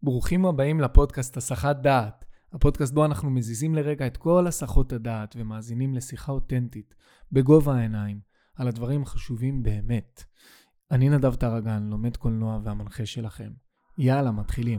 ברוכים הבאים לפודקאסט הסחת דעת, הפודקאסט בו אנחנו מזיזים לרגע את כל הסחות הדעת ומאזינים לשיחה אותנטית, בגובה העיניים, על הדברים החשובים באמת. אני נדב טרגן, לומד קולנוע והמנחה שלכם. יאללה, מתחילים.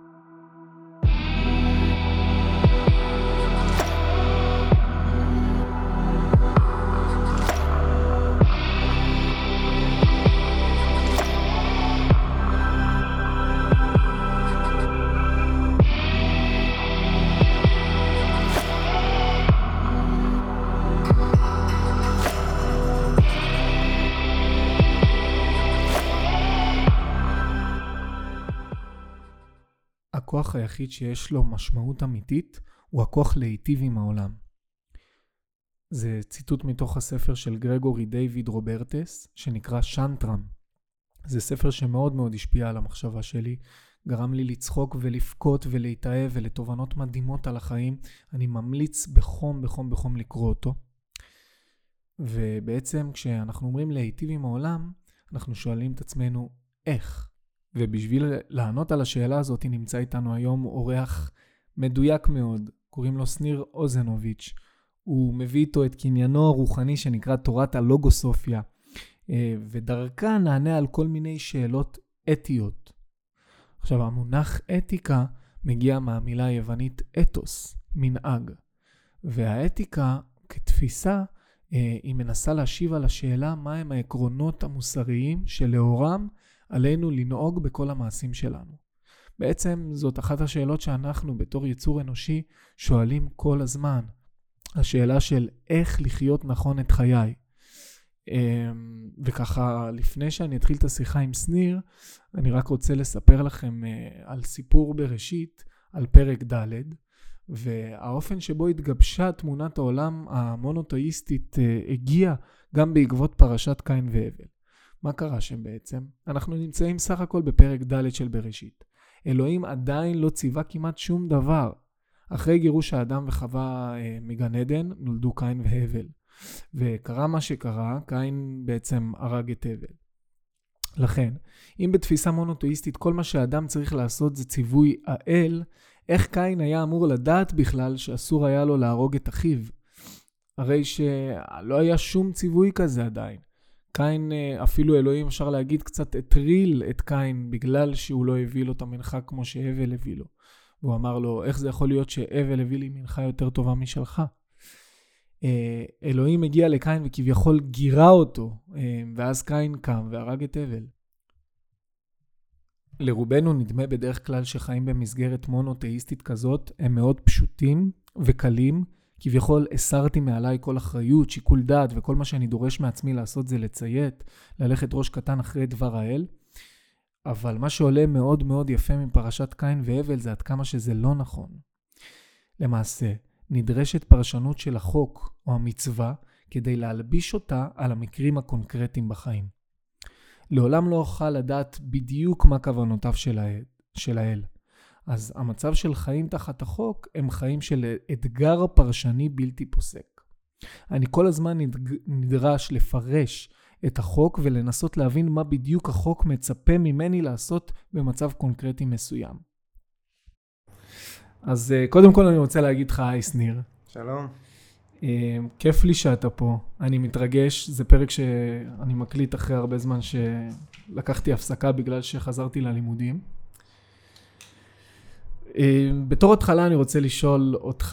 הכוח היחיד שיש לו משמעות אמיתית הוא הכוח להיטיב עם העולם. זה ציטוט מתוך הספר של גרגורי דיוויד רוברטס שנקרא שנטרם. זה ספר שמאוד מאוד השפיע על המחשבה שלי, גרם לי לצחוק ולפקות ולהתאהב ולתובנות מדהימות על החיים. אני ממליץ בחום לקרוא אותו. ובעצם כשאנחנו אומרים להיטיב עם העולם, אנחנו שואלים את עצמנו איך? ובשביל לענות על השאלה הזאת נמצא איתנו היום אורח מדויק מאוד, קוראים לו שניר אוזנוביץ'. הוא מביא איתו את קניינו הרוחני שנקרא תורת הלוגוסופיה, ודרכה נענה על כל מיני שאלות אתיות. עכשיו, המונח אתיקה מגיע מהמילה היוונית אתוס, מנהג, והאתיקה כתפיסה היא מנסה להשיב על השאלה מהם העקרונות המוסריים שלאורם עלינו לנהוג בכל המעשים שלנו. בעצם זאת אחת השאלות שאנחנו בתור יצור אנושי שואלים כל הזמן. השאלה של איך לחיות נכון את חיי. וככה לפני שאני אתחיל את השיחה עם שניר, אני רק רוצה לספר לכם על סיפור בראשית, על פרק ד', והאופן שבו התגבשה תמונת העולם המונותאיסטית הגיע גם בעקבות פרשת קין והבל. מה קרה שם בעצם? אנחנו נמצאים סך הכל בפרק ד' של בראשית. אלוהים עדיין לא ציווה כמעט שום דבר. אחרי גירוש האדם וחווה מגן עדן, נולדו קין והבל. וקרה מה שקרה, קין בעצם הרג את הבל. לכן, אם בתפיסה מונותאיסטית כל מה שהאדם צריך לעשות זה ציווי האל, איך קין היה אמור לדעת בכלל שאסור היה לו להרוג את אחיו? הרי שלא היה שום ציווי כזה עדיין. קין, אפילו אלוהים אפשר להגיד קצת הטריל את קין בגלל שהוא לא הביא לו את המנחה כמו שהבל הביא לו. והוא אמר לו, איך זה יכול להיות שהבל הביא לי מנחה יותר טובה משלך? אלוהים הגיע לקין וכביכול גירה אותו, ואז קין קם והרג את הבל. לרובנו נדמה בדרך כלל שחיים במסגרת מונותאיסטית כזאת הם מאוד פשוטים וקלים, כביכול הסרתי מעליי כל אחריות, שיקול דעת, וכל מה שאני דורש מעצמי לעשות זה לציית, ללכת ראש קטן אחרי דבר האל. אבל מה שעולה מאוד מאוד יפה מפרשת קין והבל זה עד כמה שזה לא נכון. למעשה, נדרשת פרשנות של החוק או המצווה כדי להלביש אותה על המקרים הקונקרטיים בחיים. לעולם לא אוכל לדעת בדיוק מה כוונותיו של האל. אז המצב של חיים תחת החוק הם חיים של אתגר פרשני בלתי פוסק. אני כל הזמן נדרש לפרש את החוק ולנסות להבין מה בדיוק החוק מצפה ממני לעשות במצב קונקרטי מסוים. אז קודם כל אני רוצה להגיד לך היי שניר. שלום. כיף לי שאתה פה, אני מתרגש, זה פרק שאני מקליט אחרי הרבה זמן שלקחתי הפסקה בגלל שחזרתי ללימודים. בתור התחלה אני רוצה לשאול אותך,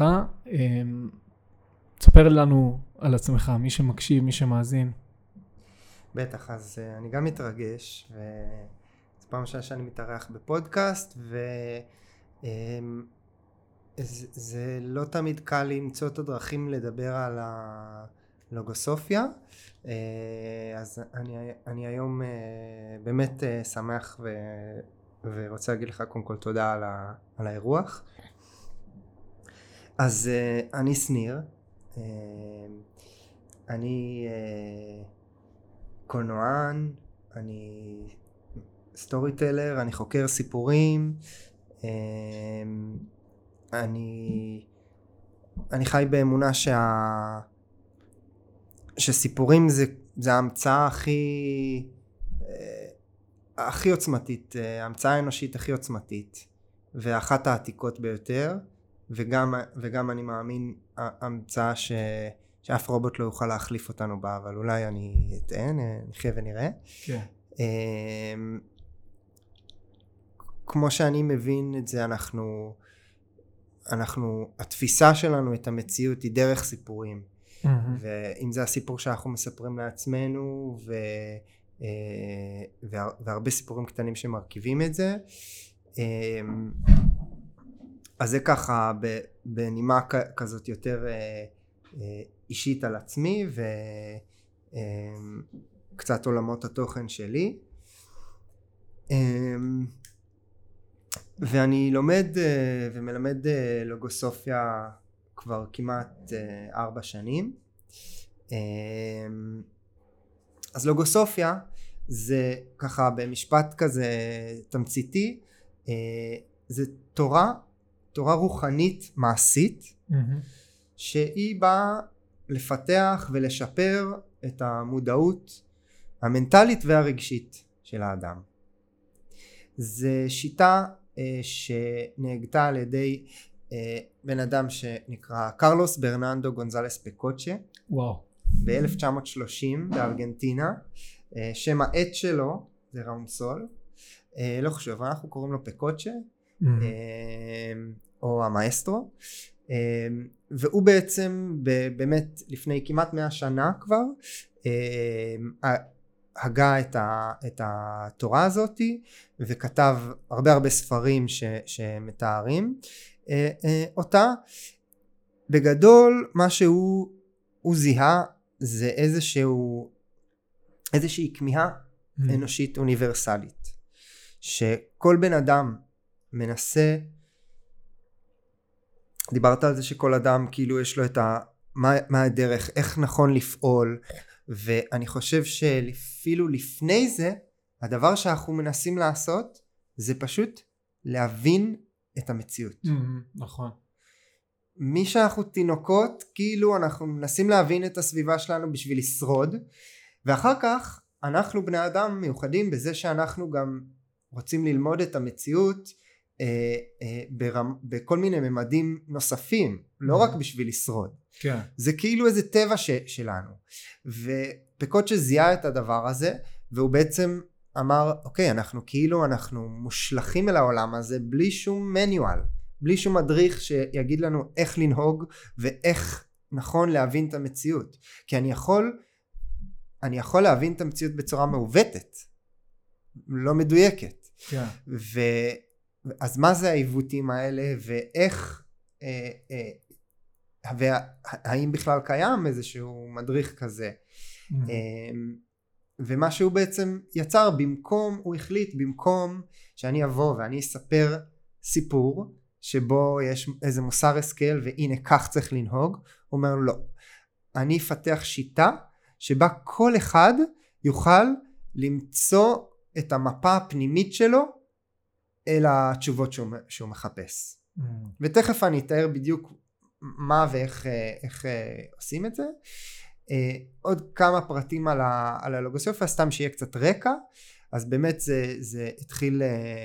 תספר לנו על עצמך, מי שמקשיב, מי שמאזין. בטח, אז אני גם מתרגש, וזו פעם ראשונה שאני מתארח בפודקאסט, זה לא תמיד קל למצוא את הדרכים לדבר על הלוגוסופיה, אז אני היום באמת שמח ורוצה להגיד לך קודם כל תודה על האירוח. אז אני שניר, אני קולנוען, אני סטורי טלר, אני חוקר סיפורים, אני חי באמונה שסיפורים זה ההמצאה הכי עוצמתית, ההמצאה האנושית הכי עוצמתית. ואחת העתיקות ביותר, וגם אני מאמין המצאה שאף רובוט לא יוכל להחליף אותנו בה, אבל אולי אני אטען, נחיה ונראה. כן. כמו שאני מבין את זה, התפיסה שלנו את המציאות היא דרך סיפורים. ואם זה הסיפור שאנחנו מספרים לעצמנו, והרבה סיפורים קטנים שמרכיבים את זה, אז זה ככה בנימה כזאת יותר אישית על עצמי, וקצת עולמות התוכן שלי. ואני לומד ומלמד לוגוסופיה כבר כמעט 4 שנים. אז לוגוסופיה זה ככה במשפט כזה תמציתי, זה תורה רוחנית מעשית, שהיא באה לפתח ולשפר את המודעות המנטלית והרגשית של האדם. זה שיטה שנהגתה על ידי בן אדם שנקרא קרלוס ברננדו גונזלס פקוצ'ה. וואו. ב-1930 בארגנטינה. שם העט שלו זה ראונסול. לא חשוב, אנחנו קוראים לו פקוצ'ה, או המאסטרו. והוא בעצם באמת לפני כמעט 100 שנה כבר הגה את התורה הזאת, וכתב הרבה ספרים שמתארים אותה. בגדול מה שהוא זיהה זה איזושהי כמיהה אנושית אוניברסלית, שכל בן אדם מנסה, דיברת על זה שכל אדם כאילו יש לו את מה הדרך, איך נכון לפעול, ואני חושב שאפילו לפני זה הדבר שאנחנו מנסים לעשות זה פשוט להבין את המציאות. נכון. מי שאנחנו תינוקות, כאילו אנחנו מנסים להבין את הסביבה שלנו בשביל לשרוד, ואחר כך אנחנו בני אדם מיוחדים בזה שאנחנו גם רוצים ללמוד את המציאות בכל מיני ממדים נוספים, לא רק בשביל לשרוד. כן. זה כאילו איזה טבע שלנו. ופקוצ'ה זיהה את הדבר הזה, והוא בעצם אמר, אוקיי, אנחנו מושלכים אל העולם הזה בלי שום מניואל, בלי שום מדריך שיגיד לנו איך לנהוג ואיך נכון להבין את המציאות. כי אני יכול להבין את המציאות בצורה מעוותת, לא מדויקת. כן. אז מה זה העיוותים האלה, ואיך, והאם בכלל קיים איזשהו מדריך כזה? ומה שהוא בעצם יצר, הוא החליט במקום שאני אבוא ואני אספר סיפור שבו יש איזה מוסר השכל והנה כך צריך לנהוג, הוא אומר לא, אני אפתח שיטה שבה כל אחד יוכל למצוא את המפה הפנימית שלו אל התשובות שהוא מחפש. ותכף אני אתאר בדיוק מה ואיך עושים את זה. עוד כמה פרטים על הלוגוסופיה, סתם שיהיה קצת רקע. אז באמת זה התחיל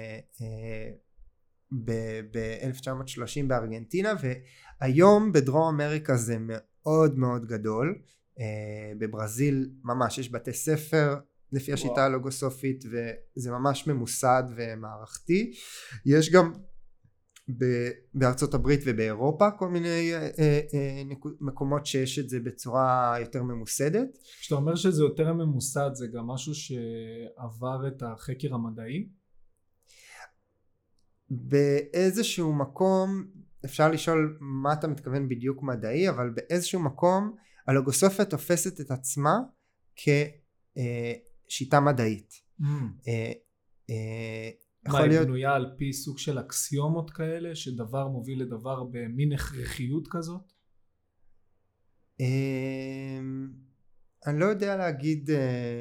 ב-1930 בארגנטינה, והיום בדרום אמריקה זה מאוד מאוד גדול. בברזיל ממש יש בתי ספר לפי השיטה הלוגוסופית, וזה ממש ממוסד ומערכתי. יש גם בארצות הברית ובאירופה כל מיני מקומות שיש את זה בצורה יותר ממוסדת. כשאתה אומר שזה יותר ממוסד, זה גם משהו שעבר את החקר המדעי? באיזשהו מקום, אפשר לשאול מה אתה מתכוון בדיוק מדעי, אבל באיזשהו מקום הלוגוסופיה תופסת את עצמה כשיטה מדעית. מה, היא בנויה על פי סוג של אקסיומות כאלה, שדבר מוביל לדבר במין הכרחיות כזאת? אני לא יודע להגיד.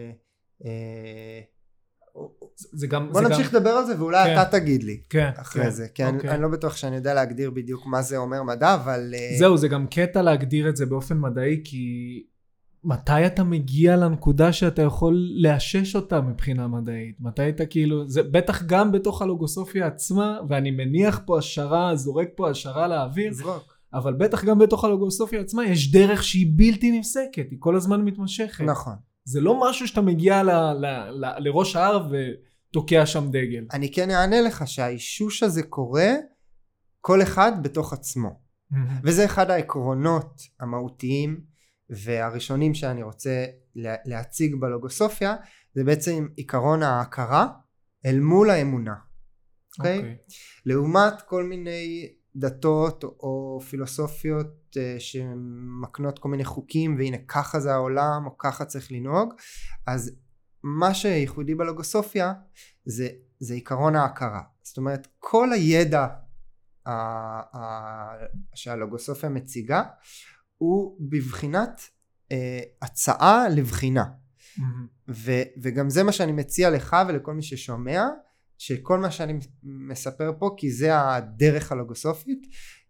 בוא נמשיך לדבר על זה ואולי אתה תגיד לי אחרי זה, כי אני לא בטוח שאני יודע להגדיר בדיוק מה זה אומר מדע, אבל זהו, זה גם קטע להגדיר את זה באופן מדעי, כי מתי אתה מגיע לנקודה שאתה יכול לאשש אותה מבחינה מדעית? מתי אתה כאילו, זה בטח גם בתוך הלוגוסופיה עצמה, ואני מניח פה השערה, זורק פה השערה לאוויר, אבל בטח גם בתוך הלוגוסופיה עצמה יש דרך שהיא בלתי נפסקת, היא כל הזמן מתמשכת. נכון. זה לא משהו שאתה מגיע לראש ההר ותוקע שם דגל. אני כן אענה לך שהאישוש הזה קורה כל אחד בתוך עצמו. וזה אחד העקרונות המהותיים והראשונים שאני רוצה להציג בלוגוסופיה, זה בעצם עיקרון ההכרה אל מול האמונה. אוקיי? לעומת כל מיני דתות או פילוסופיות שמקנות כל מיני חוקים, והנה ככה זה העולם או ככה צריך לנהוג, אז מה שייחודי בלוגוסופיה זה עיקרון ההכרה. זאת אומרת, כל הידע שהלוגוסופיה מציגה הוא בבחינת הצעה לבחינה. וגם זה מה שאני מציע לך ולכל מי ששומע, שכל מה שאני מספר פה, כי זה הדרך הלוגוסופית,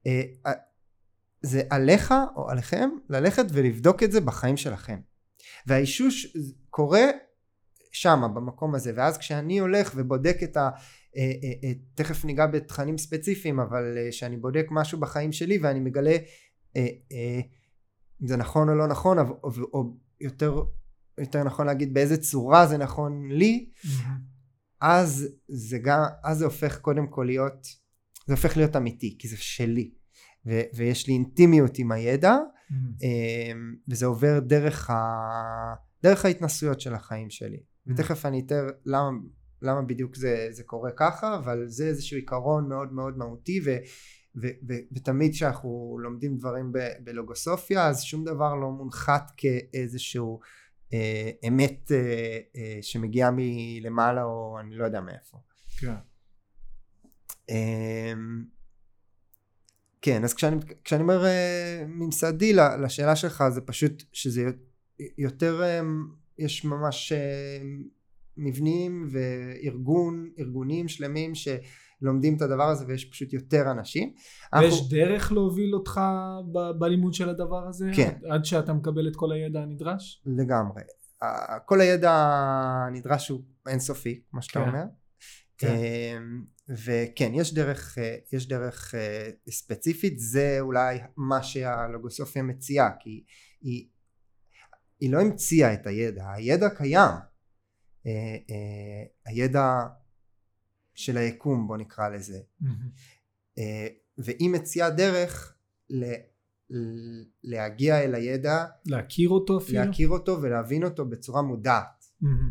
זה עליך או עליכם ללכת ולבדוק את זה בחיים שלכם. והאישוש קורה שם במקום הזה, ואז כשאני הולך ובודק תכף ניגע בתכנים ספציפיים, אבל שאני בודק משהו בחיים שלי ואני מגלה אם זה נכון או לא נכון, או יותר נכון להגיד באיזה צורה זה נכון לי, אז זה הופך קודם כל להיות, זה הופך להיות אמיתי, כי זה שלי, ויש לי אינטימיות עם הידע, וזה עובר דרך ההתנסויות של החיים שלי. ותכף אני אתאר למה בדיוק זה קורה ככה, אבל זה איזשהו עיקרון מאוד מאוד מהותי, ותמיד שאנחנו לומדים דברים בלוגוסופיה, אז שום דבר לא מונחת כאיזשהו אמת שמגיעה מלמעלה או אני לא יודע מאיפה. כן, אז כשאני אומר ממסדי לשאלה שלך, זה פשוט שזה יותר, יש ממש מבנים וארגונים שלמים שלומדים את הדבר הזה, ויש פשוט יותר אנשים. ויש דרך להוביל אותך בלימוד של הדבר הזה? כן. עד שאתה מקבל את כל הידע הנדרש? לגמרי. כל הידע הנדרש הוא אינסופי, כמו שאתה אומר. וכן, יש דרך ספציפית, זה אולי מה שהלוגוסופיה מציעה, כי היא לא המציאה את הידע קיים. הידע של היקום, בוא נקרא לזה. והיא מציעה דרך להגיע אל הידע, להכיר אותו אפילו? להכיר אותו ולהבין אותו בצורה מודעת.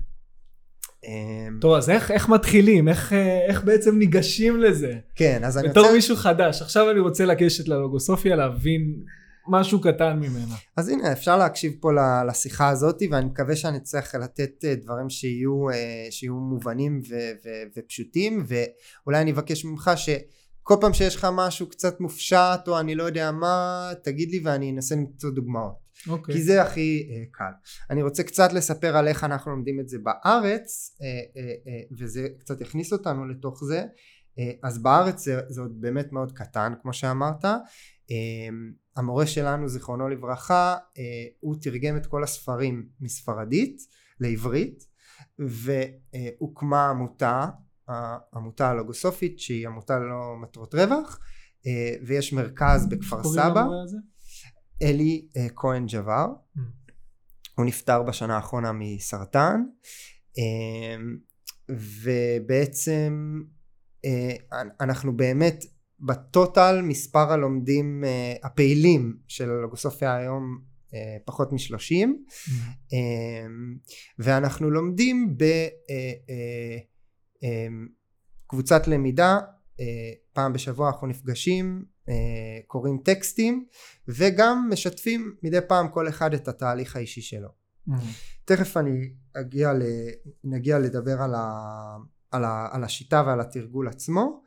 טוב, אז איך מתחילים? איך בעצם ניגשים לזה? כן, אז אני בתור מישהו חדש, עכשיו אני רוצה לגשת ללוגוסופיה, להבין משהו קטן ממנה. אז הנה, אפשר להקשיב פה לשיחה הזאת, ואני מקווה שאני צריך לתת דברים שיהיו מובנים ופשוטים, ואולי אני אבקש ממך שכל פעם שיש לך משהו קצת מופשט, או אני לא יודע מה, תגיד לי ואני אנסה למצוא דוגמאות. כי זה הכי קל. אני רוצה קצת לספר על איך אנחנו לומדים את זה בארץ, וזה קצת יכניס אותנו לתוך זה. אז בארץ זה עוד באמת מאוד קטן, כמו שאמרת. המורה שלנו, זיכרונו לברכה, הוא תרגם את כל הספרים מספרדית לעברית, והוקמה עמותה הלוגוסופית, שהיא עמותה ללא מטרות רווח, ויש מרכז בכפר סבא. אלי כהן ג'בר, הוא נפטר בשנה האחרונה מסרטן, ובעצם אנחנו באמת בטוטל מספר הלומדים הפעילים של הלוגוסופיה היום פחות מ-30, ואנחנו לומדים בקבוצת למידה, פעם בשבוע אנחנו נפגשים, קוראים טקסטים, וגם משתפים מדי פעם כל אחד את התהליך האישי שלו. תכף אני נגיע לדבר על השיטה ועל התרגול עצמו,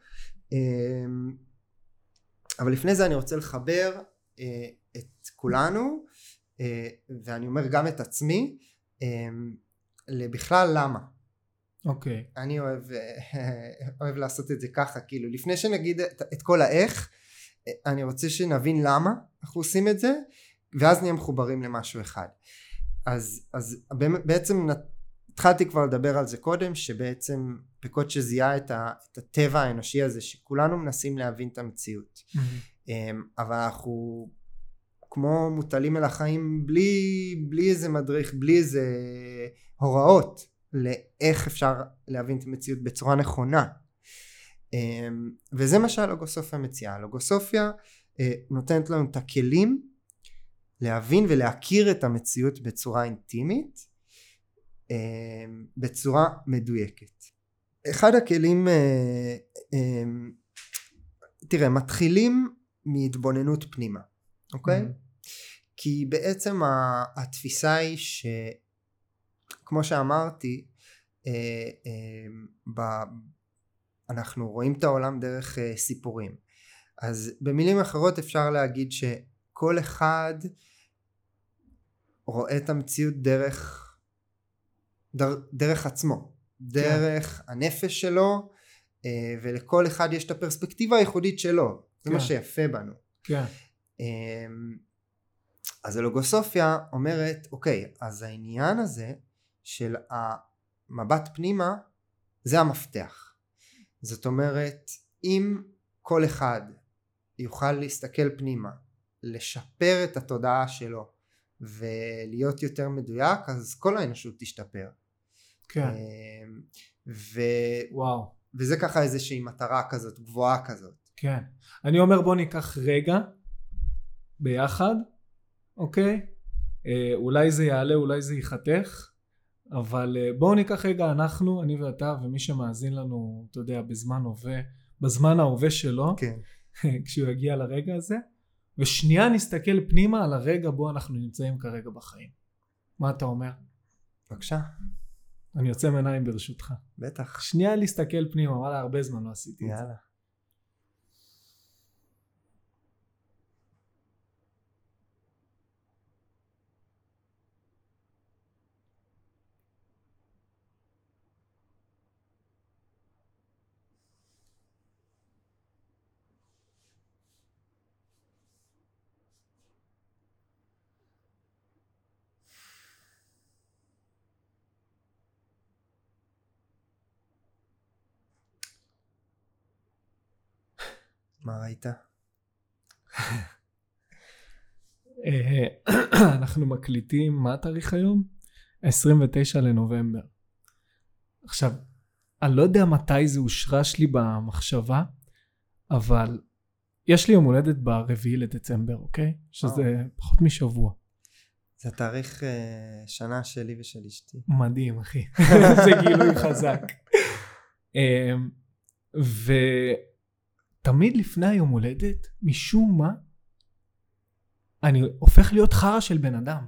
אבל לפני זה אני רוצה לחבר את כולנו, ואני אומר גם את עצמי, לבכלל למה. אוקיי. אני אוהב לעשות את זה ככה, כאילו לפני שנגיד את כל האיך, אני רוצה שנבין למה אנחנו עושים את זה, ואז נהיה מחוברים למשהו אחד. אז בעצם התחלתי כבר לדבר על זה קודם, שבעצם פקוצ'ה זיהה את הטבע האנושי הזה, שכולנו מנסים להבין את המציאות. אבל אנחנו כמו מוטלים אל החיים בלי איזה מדריך, בלי איזה הוראות לאיך אפשר להבין את המציאות בצורה נכונה. וזה מה שהלוגוסופיה מציעה. הלוגוסופיה נותנת לנו את הכלים להבין ולהכיר את המציאות בצורה אינטימית, בצורה מדויקת. אחד הכלים, תראה, מתחילים מהתבוננות פנימה, אוקיי? כי בעצם התפיסה היא שכמו שאמרתי, אנחנו רואים את העולם דרך סיפורים. אז במילים אחרות אפשר להגיד שכל אחד רואה את המציאות דרך עצמו, דרך הנפש שלו, ולכל אחד יש את הפרספקטיבה הייחודית שלו. זה מה שיפה בנו. אז הלוגוסופיה אומרת, אוקיי, אז העניין הזה של המבט פנימה זה המפתח. זאת אומרת, אם כל אחד יוכל להסתכל פנימה, לשפר את התודעה שלו ולהיות יותר מדויק, אז כל האנושות תשתפר. כן. וואו. וזה ככה איזושהי מטרה כזאת, גבוהה כזאת. כן. אני אומר בוא ניקח רגע ביחד, אוקיי? אולי זה יעלה, אולי זה ייחתך, אבל בואו ניקח רגע אנחנו, אני ואתה ומי שמאזין לנו, אתה יודע, בזמן ההווה שלו, כן. כשהוא יגיע לרגע הזה, ושנייה נסתכל פנימה על הרגע בו אנחנו נמצאים כרגע בחיים. מה אתה אומר? בבקשה. אני יוצא מעיניים ברשותך. בטח. שנייה להסתכל פנימה, וואלה, הרבה זמן לא עשיתי את זה. יאללה. מה ראית? אנחנו מקליטים, מה התאריך היום? 29 לנובמבר. עכשיו, אני לא יודע מתי זה הושרש לי במחשבה, אבל יש לי יום הולדת ב4 לדצמבר, אוקיי? שזה פחות משבוע. זה התאריך שנה שלי ושל אשתי. מדהים, אחי. זה גילוי חזק. תמיד לפני היום הולדת, משום מה, אני הופך להיות חרא של בן אדם.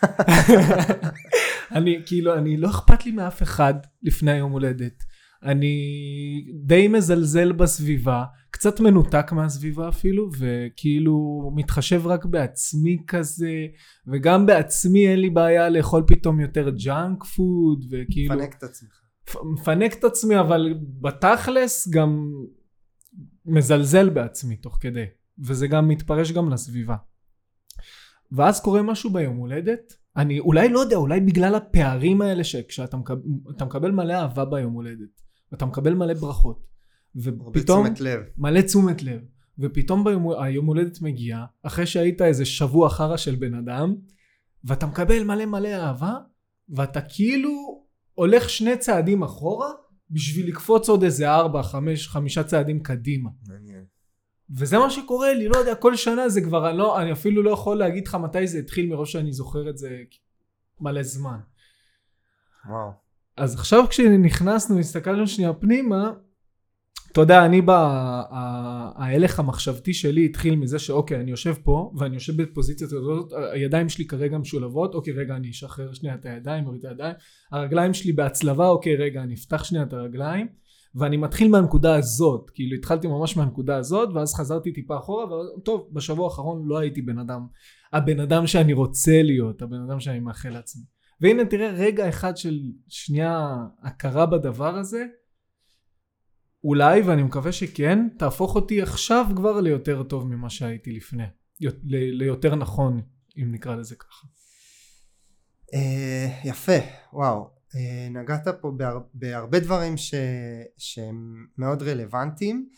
אני לא אכפת לי מאף אחד לפני היום הולדת. אני די מזלזל בסביבה, קצת מנותק מהסביבה אפילו, וכאילו מתחשב רק בעצמי כזה, וגם בעצמי אין לי בעיה לאכול פתאום יותר ג'אנק פוד, וכאילו... מפנק את עצמך. מפנק את עצמי, אבל בתכלס גם... מזלזל בעצמי תוך כדי, וזה גם מתפרש גם לסביבה. ואז קורה משהו ביום הולדת, אני אולי לא יודע, אולי בגלל הפערים האלה שכשאתה מקבל מלא אהבה ביום הולדת, ואתה מקבל מלא ברכות, ופתאום מלא תשומת לב, ופתאום היום הולדת מגיע, אחרי שהיית איזה שבוע חרא של בן אדם, ואתה מקבל מלא אהבה, ואתה כאילו הולך 2 צעדים אחורה, בשביל לקפוץ עוד איזה 5 צעדים קדימה. מעניין. וזה מה שקורה לי, לא יודע, כל שנה זה כבר, אני אפילו לא יכול להגיד לך מתי זה התחיל, מראש שאני זוכר את זה מלא זמן. וואו. אז עכשיו כשנכנסנו, הסתכלנו שנייה פנימה, אתה יודע, ההלך המחשבתי שלי התחיל מזה שאוקיי, אני יושב פה, ואני יושב בפוזיציה הזאת, הידיים שלי כרגע משולבות, אוקיי, רגע, אני אשחרר שנייה את הידיים, מוריד את הידיים, הרגליים שלי בהצלבה, אוקיי, רגע, אני אפתח שנייה את הרגליים, ואני מתחיל מהנקודה הזאת, כאילו התחלתי ממש מהנקודה הזאת, ואז חזרתי טיפה אחורה, וטוב, בשבוע האחרון לא הייתי הבן אדם שאני רוצה להיות, הבן אדם שאני מאחל לעצמי. והנה תראה רגע אחד של שנייה הכרה בדבר הזה, אולי, ואני מקווה שכן, תהפוך אותי עכשיו כבר ליותר טוב ממה שהייתי לפני. ליותר נכון, אם נקרא לזה ככה. יפה, וואו. נגעת פה בהרבה דברים שהם מאוד רלוונטיים.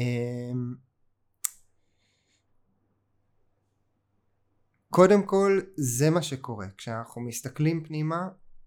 קודם כל זה מה שקורה כשאנחנו מסתכלים פנימה,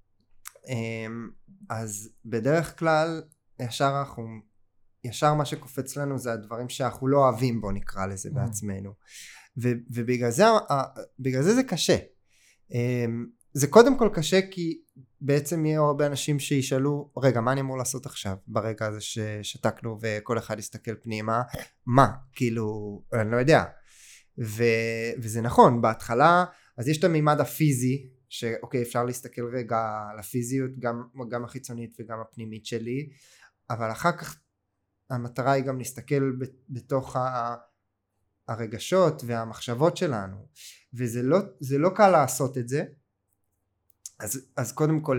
אז בדרך כלל ישר מה שקופץ לנו זה הדברים שאנחנו לא אוהבים, בוא נקרא לזה בעצמנו, ובגלל זה זה קשה. זה קודם כל קשה כי בעצם יהיו הרבה אנשים שישאלו, רגע, מה אני אמור לעשות עכשיו ברגע הזה ששתקנו וכל אחד יסתכל פנימה, מה? כאילו, אני לא יודע. וזה נכון, בהתחלה אז יש את המימד הפיזי, שאוקיי, אפשר להסתכל רגע על הפיזיות, גם החיצונית וגם הפנימית שלי, אבל אחר כך המטרה היא גם להסתכל בתוך הרגשות והמחשבות שלנו, וזה לא קל לעשות את זה. אז קודם כל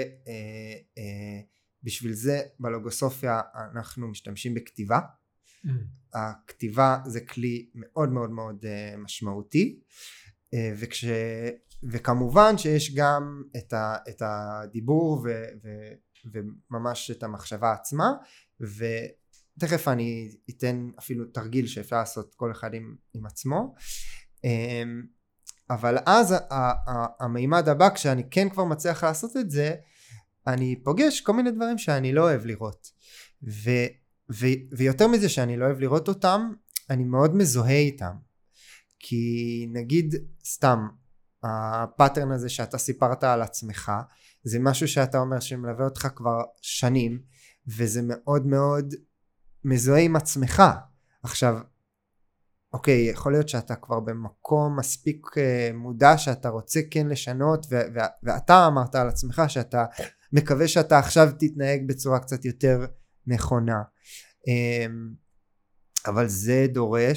בשביל זה בלוגוסופיה אנחנו משתמשים בכתיבה. הכתיבה זה כלי מאוד מאוד מאוד משמעותי, וכמובן שיש גם את הדיבור וממש את המחשבה עצמה, ותכף אני אתן אפילו תרגיל שאפשר לעשות כל אחד עם עצמו. אבל אז המימד הבא, כשאני כן כבר מצליח לעשות את זה, אני פוגש כל מיני דברים שאני לא אוהב לראות, ויותר מזה שאני לא אוהב לראות אותם, אני מאוד מזוהה איתם. כי נגיד סתם הפאטרן הזה שאתה סיפרת על עצמך, זה משהו שאתה אומר שמלווה אותך כבר שנים, וזה מאוד מאוד מזוהה עם עצמך. עכשיו אוקיי, יכול להיות שאתה כבר במקום מספיק מודע שאתה רוצה כן לשנות, ואתה אמרת על עצמך שאתה מקווה שאתה עכשיו תתנהג בצורה קצת יותר נכונה, אבל זה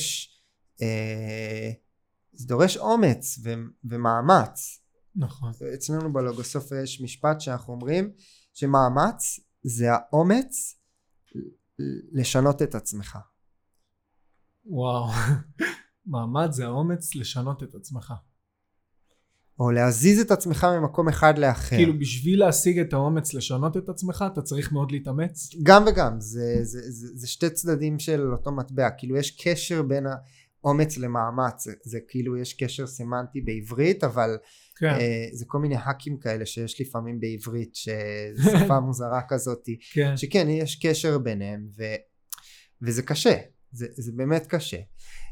דורש אומץ ומאמץ. נכון. אצלנו בלוגוסופיה יש משפט שאנחנו אומרים שמאמץ זה האומץ לשנות את עצמך. וואו, מאמץ זה האומץ לשנות את עצמך. או להזיז את עצמך ממקום אחד לאחר. כאילו בשביל להשיג את האומץ לשנות את עצמך, אתה צריך מאוד להתאמץ? גם וגם, זה שתי צדדים של אותו מטבע. כאילו יש קשר בין האומץ למאמץ, זה כאילו יש קשר סמנטי בעברית, אבל כן. זה כל מיני האקים כאלה שיש לפעמים בעברית, שזו שפה מוזרה כזאת, כן. שכן יש קשר ביניהם, וזה קשה. זה באמת קשה.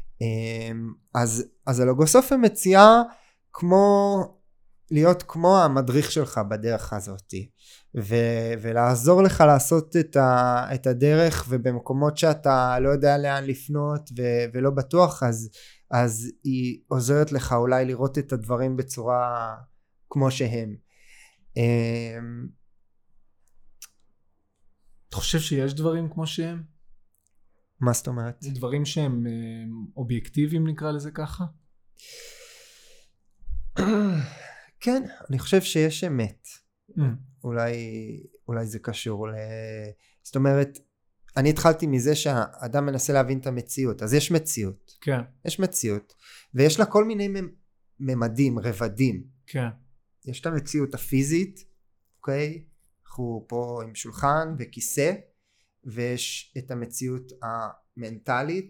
אז הלוגוסופיה מציעה להיות כמו המדריך שלך בדרך הזאת, ולעזור לך לעשות את הדרך, ובמקומות שאתה לא יודע לאן לפנות ולא בטוח, אז היא עוזרת לך אולי לראות את הדברים בצורה כמו שהם. אתה חושב שיש דברים כמו שהם? מה זאת אומרת? זה דברים שהם אובייקטיביים, נקרא לזה ככה? כן, אני חושב שיש אמת. אולי זה קשור זאת אומרת, אני התחלתי מזה שהאדם מנסה להבין את המציאות, אז יש מציאות. כן. יש מציאות, ויש לה כל מיני ממדים, רבדים. כן. יש את המציאות הפיזית, אוקיי? אנחנו פה עם שולחן וכיסא, ויש את המציאות המנטלית,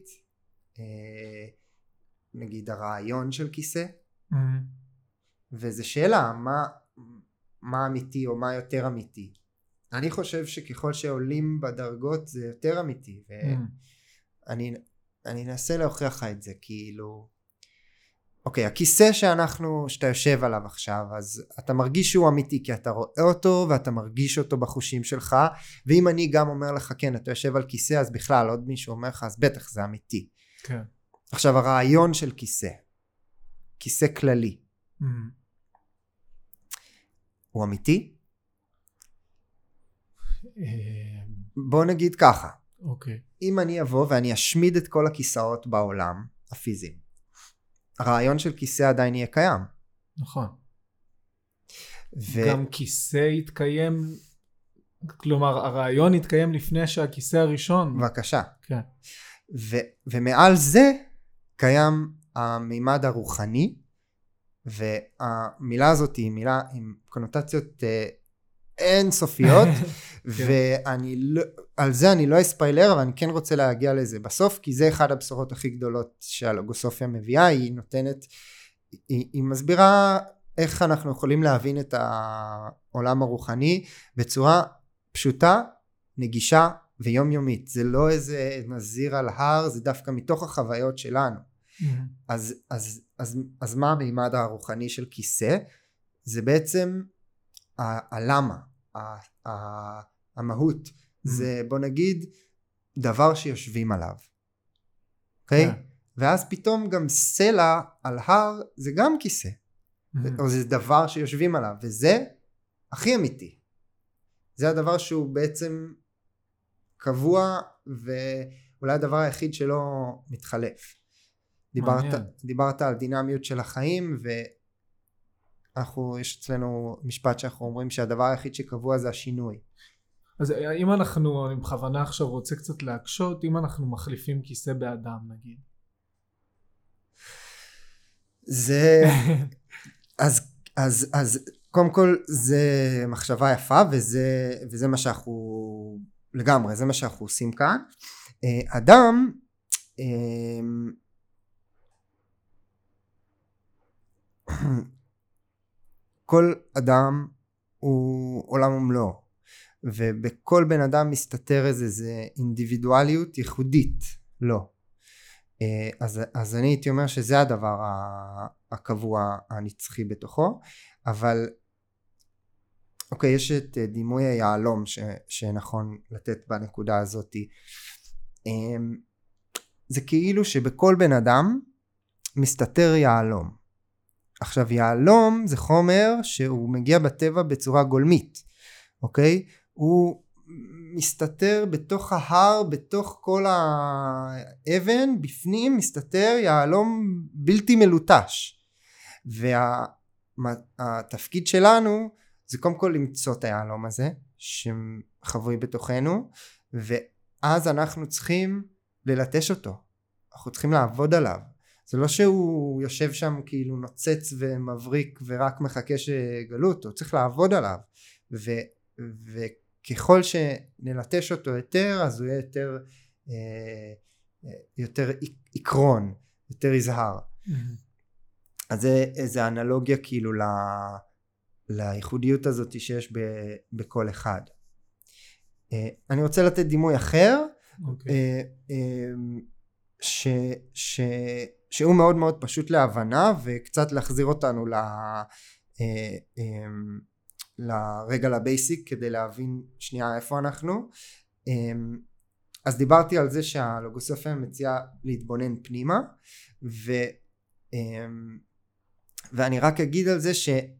נגיד הרעיון של כיסא, וזה שאלה, מה אמיתי או מה יותר אמיתי. אני חושב שככל שעולים בדרגות זה יותר אמיתי, ואני אנסה להוכיח את זה, כאילו, אוקיי, הכיסא שאתה יושב עליו עכשיו, אז אתה מרגיש שהוא אמיתי, כי אתה רואה אותו ואתה מרגיש אותו בחושים שלך, ואם אני גם אומר לך, כן, אתה יושב על כיסא, אז בכלל עוד מישהו אומר לך, אז בטח זה אמיתי. כן. עכשיו, הרעיון של כיסא כללי, הוא אמיתי? בוא נגיד ככה. אוקיי. אם אני אבוא ואני אשמיד את כל הכיסאות בעולם, הפיזיים, הרעיון של כיסא עדיין יהיה קיים. נכון. גם כיסא יתקיים, כלומר הרעיון יתקיים לפני שהכיסא הראשון. בבקשה. כן. ומעל זה קיים המימד הרוחני, והמילה הזאת היא מילה עם קונוטציות אינסופיות, ועל זה אני לא אספיילר, אבל אני כן רוצה להגיע לזה בסוף, כי זה אחד הבשורות הכי גדולות שהלוגוסופיה מביאה. היא נותנת, היא מסבירה איך אנחנו יכולים להבין את העולם הרוחני בצורה פשוטה, נגישה ויומיומית. זה לא איזה נזיר על הר, זה דווקא מתוך החוויות שלנו. אז מה המימד הרוחני של כיסא? זה בעצם הלמה, המהות. זה, בוא נגיד, דבר שיושבים עליו. אוקיי? ואז פתאום גם סלע על הר זה גם כיסא. או זה דבר שיושבים עליו, וזה הכי אמיתי. זה הדבר שהוא בעצם קבוע, ואולי הדבר היחיד שלא מתחלף. דיברת על דינמיות של החיים, יש אצלנו משפט שאנחנו אומרים שהדבר היחיד שקבוע זה השינוי. אז אם אני בכוונה עכשיו רוצה קצת להקשות, אם אנחנו מחליפים כיסא באדם נגיד. זה, אז קודם כל זה מחשבה יפה, וזה מה שאנחנו, לגמרי, זה מה שאנחנו עושים כאן. אדם, כל אדם הוא עולם ומלואו, ובכל בן אדם מסתתר איזה אינדיבידואליות ייחודית לא. אז אני הייתי אומר שזה הדבר הקבוע הנצחי בתוכו. אבל אוקיי, יש את דימוי היעלום שנכון לתת בנקודה הזאת. זה כאילו שבכל בן אדם מסתתר יעלום. עכשיו, יעלום זה חומר שהוא מגיע בטבע בצורה גולמית, אוקיי? הוא מסתתר בתוך ההר, בתוך כל האבן, בפנים מסתתר יעלום בלתי מלוטש. והתפקיד שלנו זה קודם כל למצוא את היעלום הזה שחבוי בתוכנו, ואז אנחנו צריכים ללטש אותו, אנחנו צריכים לעבוד עליו. זה לא שהוא יושב שם כאילו נוצץ ומבריק ורק מחכה שגלו אותו, צריך לעבוד עליו, וככל שנלטש אותו יותר, אז הוא יהיה יותר עקרון, יותר יזהר. אז זה איזה אנלוגיה כאילו לייחודיות הזאת שיש בכל אחד. אני רוצה לתת דימוי אחר, שהוא מאוד מאוד פשוט להבנה, וקצת להחזיר אותנו לרגע לבייסיק, כדי להבין שנייה איפה אנחנו. אז דיברתי על זה שהלוגוסופיה מציעה להתבונן פנימה, ואני רק אגיד על זה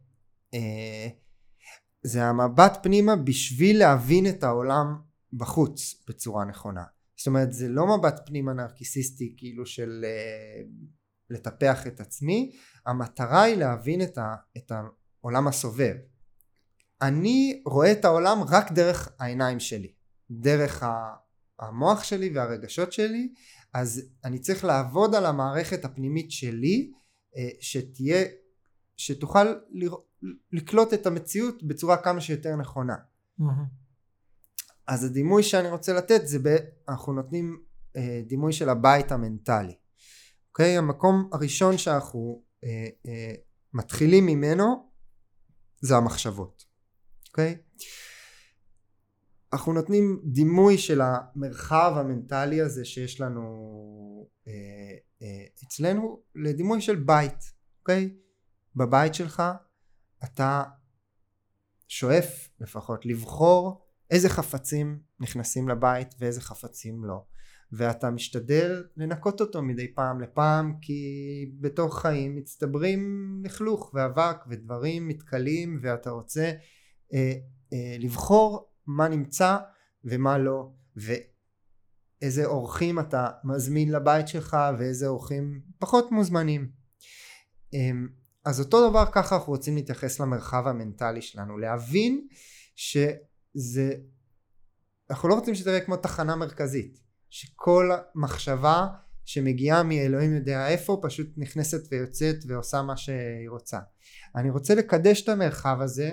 זה המבט פנימה בשביל להבין את העולם בחוץ בצורה נכונה. זאת אומרת, זה לא מבט פנימה נרקיסיסטי כאילו של לטפח את עצמי. המטרה היא להבין את העולם הסובב. אני רואה את העולם רק דרך העיניים שלי, דרך המוח שלי והרגשות שלי. אז אני צריך לעבוד על המערכת הפנימית שלי, שתוכל לקלוט את המציאות בצורה כמה שיותר נכונה. אז הדימוי שאני רוצה לתת זה אנחנו נותנים דימוי של הבית המנטלי. אוקיי? המקום הראשון שאנחנו מתחילים ממנו זה המחשבות. אוקיי? אנחנו נותנים דימוי של המרחב המנטלי הזה שיש לנו אצלנו לדימוי של בית. אוקיי? בבית שלך אתה שואף לפחות לבחור איזה חפצים נכנסים לבית ואיזה חפצים לא, ואתה משתדל לנקות אותו מדי פעם לפעם, כי בתוך חיים מצטברים לכלוך ואבק ודברים מתקלים, ואתה רוצה לבחור מה נמצא ומה לא, ואיזה אורחים אתה מזמין לבית שלך ואיזה אורחים פחות מוזמנים. אז אותו דבר ככה אנחנו רוצים להתייחס למרחב המנטלי שלנו, להבין שזה, אנחנו לא רוצים שתראה כמו תחנה מרכזית, שכל מחשבה שמגיעה מאלוהים יודע איפה, פשוט נכנסת ויוצאת ועושה מה שהיא רוצה. אני רוצה לקדש את המרחב הזה,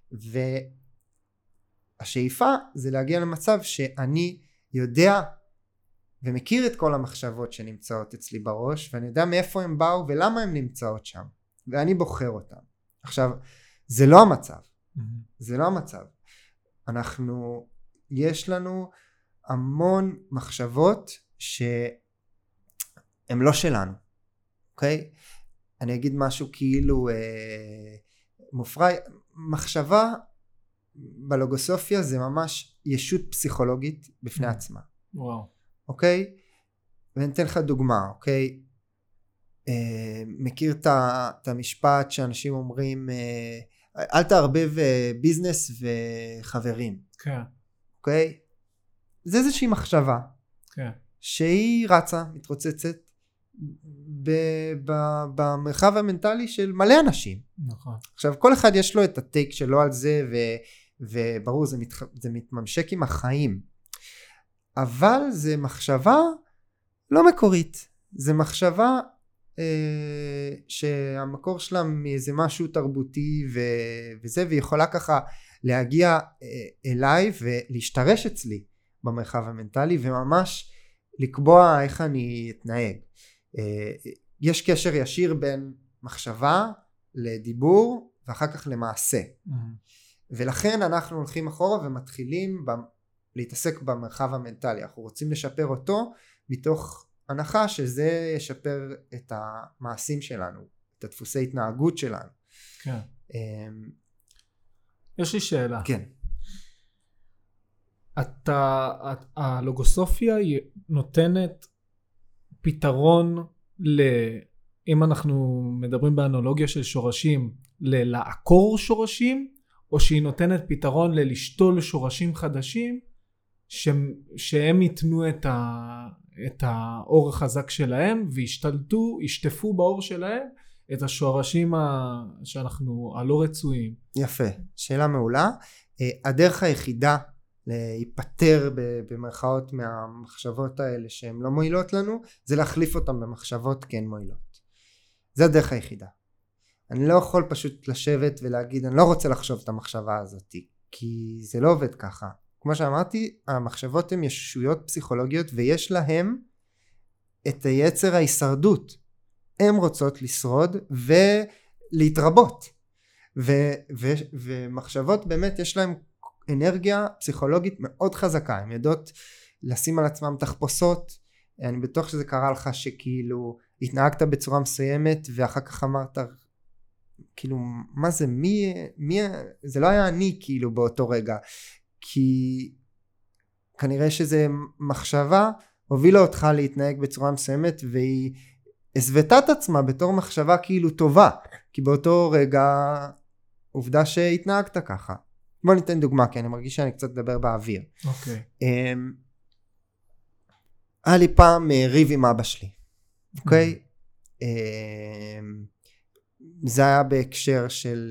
והשאיפה זה להגיע למצב שאני יודע ומכיר את כל המחשבות שנמצאות אצלי בראש, ואני יודע מאיפה הם באו ולמה הם נמצאות שם, ואני בוחר אותם. עכשיו, זה לא המצב. זה לא המצב. יש לנו המון מחשבות שהן לא שלנו. אוקיי? אני אגיד משהו כאילו מופרע. מחשבה בלוגוסופיה זה ממש ישות פסיכולוגית בפני עצמה. וואו. אוקיי? ואני אתן לך דוגמה, אוקיי? מכיר את המשפט שאנשים אומרים, אל תערבב ביזנס וחברים. כן. אוקיי? זה איזושהי מחשבה. כן. שהיא רצה, מתרוצצת, במרחב המנטלי של מלא אנשים. נכון. עכשיו, כל אחד יש לו את הטייק שלו על זה, וברור, זה מתממשק עם החיים. אבל זה מחשבה לא מקורית. זה מחשבה שהמקור שלה מאיזה משהו תרבותי וזה, ויכולה ככה להגיע אליי ולהשתרש אצלי במרחב המנטלי, וממש לקבוע איך אני אתנהג. יש קשר ישיר בין מחשבה לדיבור ואחר כך למעשה. ולכן אנחנו הולכים אחורה ומתחילים להתעסק במרחב המנטלי. אנחנו רוצים לשפר אותו מתוך הנחה שזה ישפר את המעשים שלנו, את הדפוסי התנהגות שלנו. כן. יש לי שאלה. כן. הלוגוסופיה נותנת פתרון אם אנחנו מדברים באנלוגיה של שורשים, לעקור שורשים, או שהיא נותנת פתרון לשתול שורשים חדשים, שהם ייתנו את האור החזק שלהם, וישטפו באור שלהם את השורשים שאנחנו הלא רצויים. יפה, שאלה מעולה. הדרך היחידה להיפטר במרכאות מהמחשבות האלה שהן לא מועילות לנו, זה להחליף אותן במחשבות כן מועילות. זה הדרך היחידה. אני לא יכול פשוט לשבת ולהגיד אני לא רוצה לחשוב את המחשבה הזאת, כי זה לא עובד ככה. כמו שאמרתי, המחשבות הן ישויות פסיכולוגיות ויש להן את היצר ההישרדות. הן רוצות לשרוד ולהתרבות. ומחשבות באמת יש להן אנרגיה פסיכולוגית מאוד חזקה. הן יודעות לשים על עצמם תחפושות. אני בטוח שזה קרה לך שכאילו התנהגת בצורה מסוימת ואחר כך אמרת כאילו מה זה, מי זה לא היה אני כאילו באותו רגע, כי כנראה שזה מחשבה הובילה אותך להתנהג בצורה מסוימת והיא הסוותה את עצמה בתור מחשבה כאילו טובה, כי באותו רגע עובדה שהתנהגת ככה. בוא ניתן דוגמה, כי אני מרגיש שאני קצת מדבר באוויר. אוקיי. היה לי פעם ריב עם אבא שלי, אוקיי? זה היה בהקשר של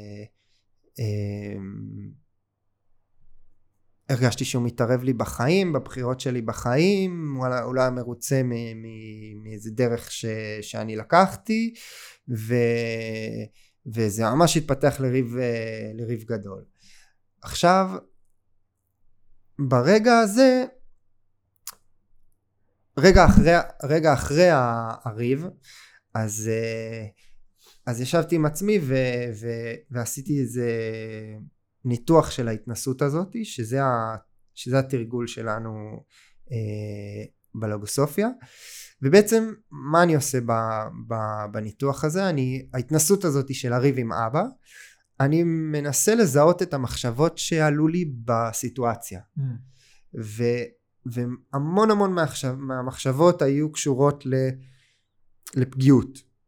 הרגשתי שהוא מתערב לי בחיים, בבחירות שלי בחיים, הוא לא היה מרוצה מאיזה דרך שאני לקחתי, וזה ממש התפתח לריב גדול. עכשיו, ברגע הזה, רגע אחרי הריב, אז ישבתי עם עצמי ועשיתי איזה ניתוח של ההתנסות הזאת, שזה התרגול שלנו בלוגוסופיה. ובעצם מה אני עושה בניתוח הזה? ההתנסות הזאת של הריב עם אבא, אני מנסה לזהות את המחשבות שעלו לי בסיטואציה. והמון מהמחשבות היו קשורות לפגיעות.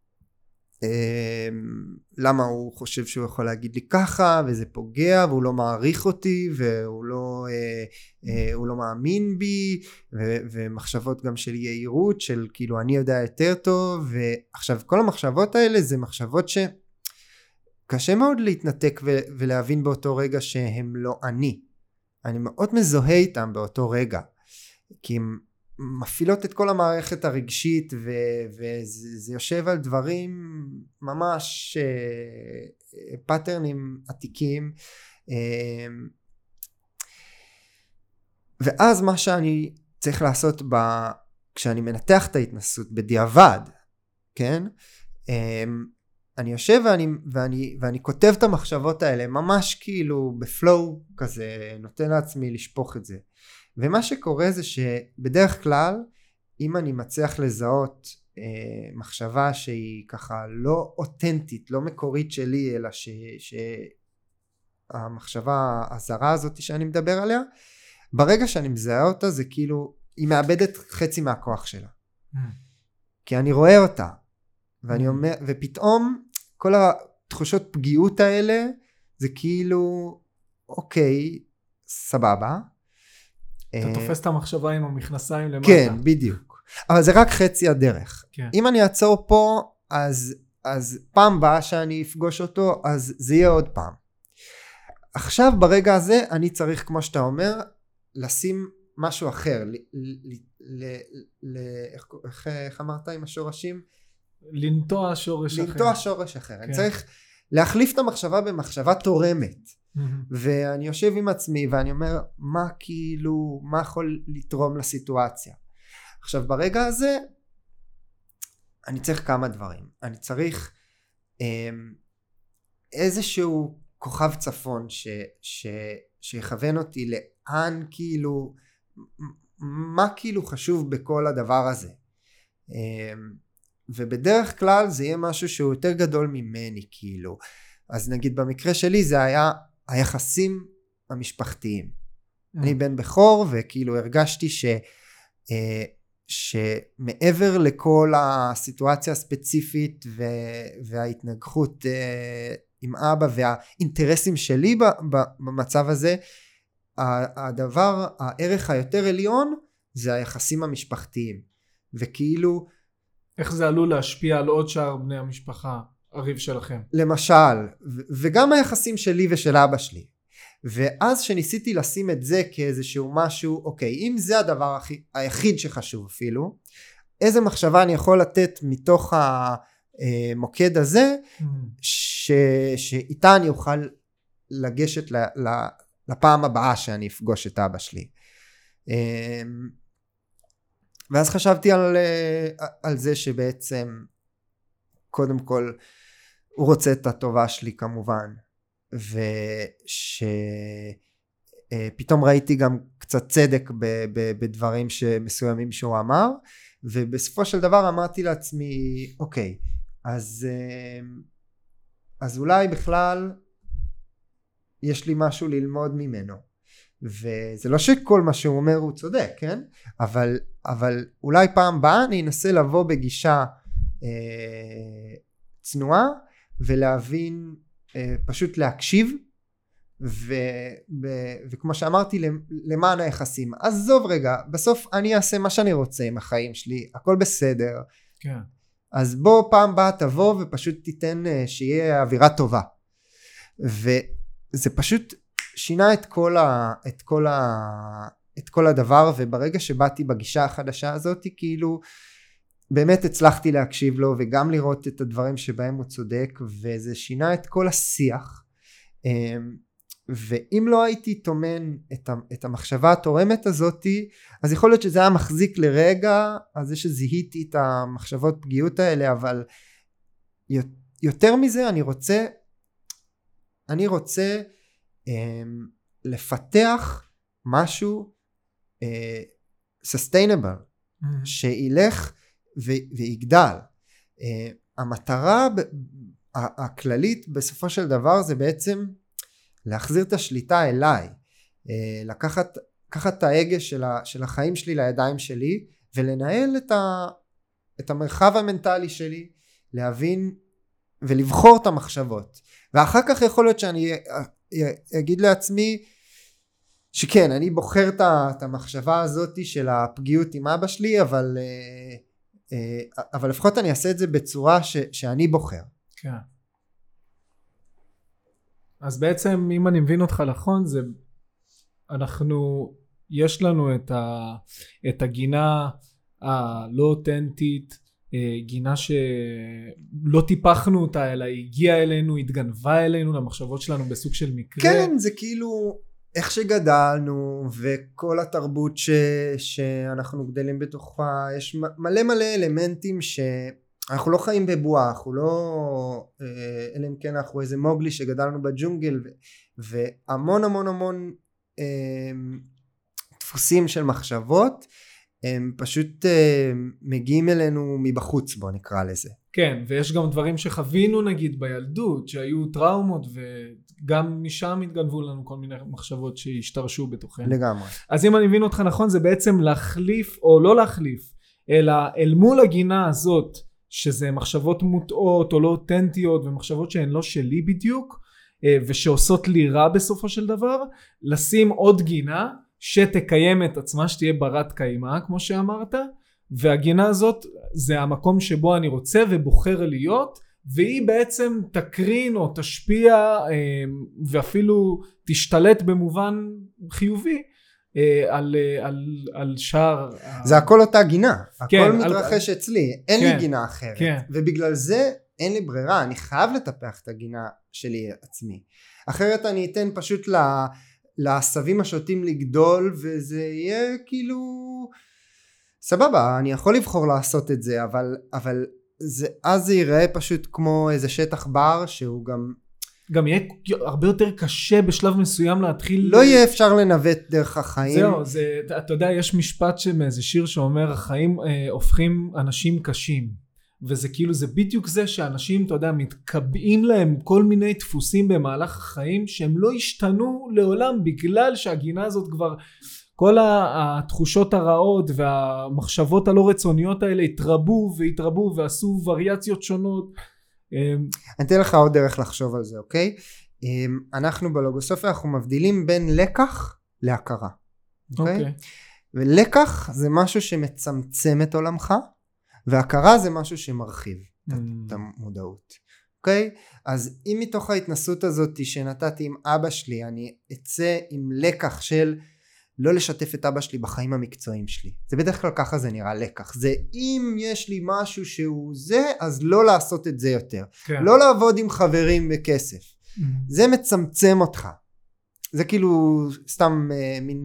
למה הוא חושב שהוא יכול להגיד לי ככה, וזה פוגע, והוא לא מעריך אותי, והוא לא מאמין בי, ומחשבות גם של יהירות, של כאילו אני יודע יותר טוב. ועכשיו כל המחשבות האלה זה מחשבות שקשה מאוד להתנתק ולהבין באותו רגע שהם לא אני מאוד מזוהה איתם באותו רגע, כי הם מפעילות את כל המערכת הרגשית, וזה יושב על דברים ממש פאטרנים עתיקים, ואז מה שאני צריך לעשות כשאני מנתח את ההתנסות בדיעבד, כן? אני יושב ואני כותב את המחשבות האלה, ממש כאילו בפלואו כזה, נותן לעצמי לשפוך את זה. ומה שקורה זה שבדרך כלל, אם אני מצליח לזהות מחשבה שהיא ככה לא אותנטית, לא מקורית שלי, אלא שהמחשבה הזרה הזאת שאני מדבר עליה, ברגע שאני מזהה אותה זה כאילו, היא מאבדת חצי מהכוח שלה. כי אני רואה אותה, ואני אומר, ופתאום כל התחושות פגיעות האלה, זה כאילו, אוקיי, סבבה. אתה תופס את המחשבה עם המכנסיים למטה. כן, בדיוק. אבל זה רק חצי הדרך. כן. אם אני אעצור פה, אז פעם הבאה שאני אפגוש אותו, אז זה יהיה עוד פעם. עכשיו ברגע הזה, אני צריך, כמו שאתה אומר, לשים משהו אחר. איך אמרת עם השורשים? לנטוע שורש אחר. לנטוע שורש אחר. אני צריך להחליף את המחשבה במחשבה תורמת. ואני יושב עם עצמי ואני אומר, מה יכול לתרום לסיטואציה? עכשיו ברגע הזה, אני צריך כמה דברים. אני צריך איזשהו כוכב צפון שיכוון אותי לאן כאילו, מה כאילו חשוב בכל הדבר הזה. ובדרך כלל זה יהיה משהו שהוא יותר גדול ממני כאילו. אז נגיד במקרה שלי זה היה היחסים המשפחתיים. אני בן בכור וכאילו הרגשתי שמעבר לכל הסיטואציה הספציפית וההתנגחות עם אבא והאינטרסים שלי במצב הזה, הערך היותר עליון זה היחסים המשפחתיים. וכאילו איך זה עלול להשפיע על עוד שאר בני המשפחה, הריב שלכם? למשל, וגם היחסים שלי ושל אבא שלי. ואז שניסיתי לשים את זה כאיזשהו משהו, אוקיי, אם זה הדבר היחיד שחשוב אפילו, איזה מחשבה אני יכול לתת מתוך המוקד הזה, שאיתה אני אוכל לגשת לפעם הבאה שאני אפגוש את אבא שלי. ואז חשבתי על זה שבעצם, קודם כל, הוא רוצה את הטובה שלי כמובן, ושפתאום ראיתי גם קצת צדק בדברים מסוימים שהוא אמר, ובסופו של דבר אמרתי לעצמי, אוקיי, אז אולי בכלל יש לי משהו ללמוד ממנו, וזה לא שכל מה שהוא אומר הוא צודק, כן? אבל אולי פעם באה אני אנסה לבוא בגישה צנועה, ולהבין, פשוט להקשיב, וכמו שאמרתי, למען היחסים. אז עזוב רגע, בסוף אני אעשה מה שאני רוצה עם החיים שלי, הכל בסדר. כן. אז בוא פעם באה תבוא ופשוט תיתן שיהיה אווירה טובה. וזה פשוט שינה את כל הדבר, וברגע שבאתי בגישה החדשה הזאת, כאילו באמת הצלחתי להקשיב לו, וגם לראות את הדברים שבהם הוא צודק, וזה שינה את כל השיח. ואם לא הייתי תומן את המחשבה התורמת הזאת, אז יכול להיות שזה היה מחזיק לרגע, אז זה שזיהיתי את המחשבות פגיעות האלה, אבל יותר מזה אני רוצה לפתח משהו sustainable, שילך ויגדל. המטרה הכללית בסופו של דבר זה בעצם להחזיר את השליטה אליי, לקחת את ההגה של החיים שלי לידיים שלי, ולנהל את המרחב המנטלי שלי, להבין ולבחור את המחשבות. ואחר כך יכול להיות שאני אגיד לעצמי שכן, אני בוחר את המחשבה הזאת של הפגיעות עם אבא שלי, אבל לפחות אני אעשה את זה בצורה שאני בוחר. כן. אז בעצם אם אני מבין אותך נכון, זה אנחנו יש לנו את הגינה הלא אותנטית, גינה שלא טיפחנו אותה, אלא הגיעה אלינו, התגנבה אלינו למחשבות שלנו בסוג של מקרה. כן, זה כאילו איך שגדלנו, וכל התרבות שאנחנו גדלים בתוכה, יש מלא מלא אלמנטים שאנחנו לא חיים בבועה, אנחנו לא, אלא אם כן אנחנו איזה מוגלי שגדלנו בג'ונגל, והמון המון המון דפוסים של מחשבות, הם פשוט מגיעים אלינו מבחוץ, בוא נקרא לזה. כן, ויש גם דברים שחווינו נגיד בילדות, שהיו טראומות, וגם משם התגנבו לנו כל מיני מחשבות שהשתרשו בתוכנו. לגמרי. אז אם אני מבין אותך נכון, זה בעצם להחליף או לא להחליף, אלא אל מול הגינה הזאת, שזה מחשבות מוטעות או לא אותנטיות, ומחשבות שהן לא שלי בדיוק, ושעושות לי רע בסופו של דבר, לשים עוד גינה, שתקיים את עצמה, שתהיה ברת קיימה, כמו שאמרת, והגינה הזאת זה המקום שבו אני רוצה ובוחר להיות, והיא בעצם תקרין או תשפיע ואפילו תשתלט במובן חיובי על שער. זה הכל אותה גינה, כן, הכל מתרחש אצלי, אין כן, לי גינה אחרת, כן. ובגלל זה אין לי ברירה, אני חייב לטפח את הגינה שלי עצמי, אחרת אני אתן פשוט לעשבים השוטים לגדול, וזה יהיה כאילו סבבה, אני יכול לבחור לעשות את זה, אבל אז זה ייראה פשוט כמו איזה שטח בר, שהוא גם יהיה הרבה יותר קשה בשלב מסוים להתחיל. לא יהיה אפשר לנווט דרך החיים. זהו, אתה יודע, יש משפט מאיזה שיר שאומר, החיים הופכים אנשים קשים. וזה כאילו, זה בדיוק זה שאנשים, אתה יודע, מתקבעים להם כל מיני דפוסים במהלך החיים, שהם לא השתנו לעולם, בגלל שהגינה הזאת כבר, כל התחושות הרעות והמחשבות הלא רצוניות האלה התרבו והתרבו ועשו וריאציות שונות. אני אתן לך עוד דרך לחשוב על זה, אוקיי? אנחנו בלוגוסופיה, אנחנו מבדילים בין לקח להכרה. אוקיי? ולקח זה משהו שמצמצם את עולמך, והכרה זה משהו שמרחיב את המודעות. אוקיי? אז אם מתוך ההתנסות הזאת שנתתי עם אבא שלי, אני אצא עם לקח של לא לשתף את אבא שלי בחיים המקצועיים שלי. זה בדרך כלל ככה זה נראה לקח. זה אם יש לי משהו שהוא זה, אז לא לעשות את זה יותר. כן. לא לעבוד עם חברים בכסף. זה מצמצם אותך. זה כאילו סתם מין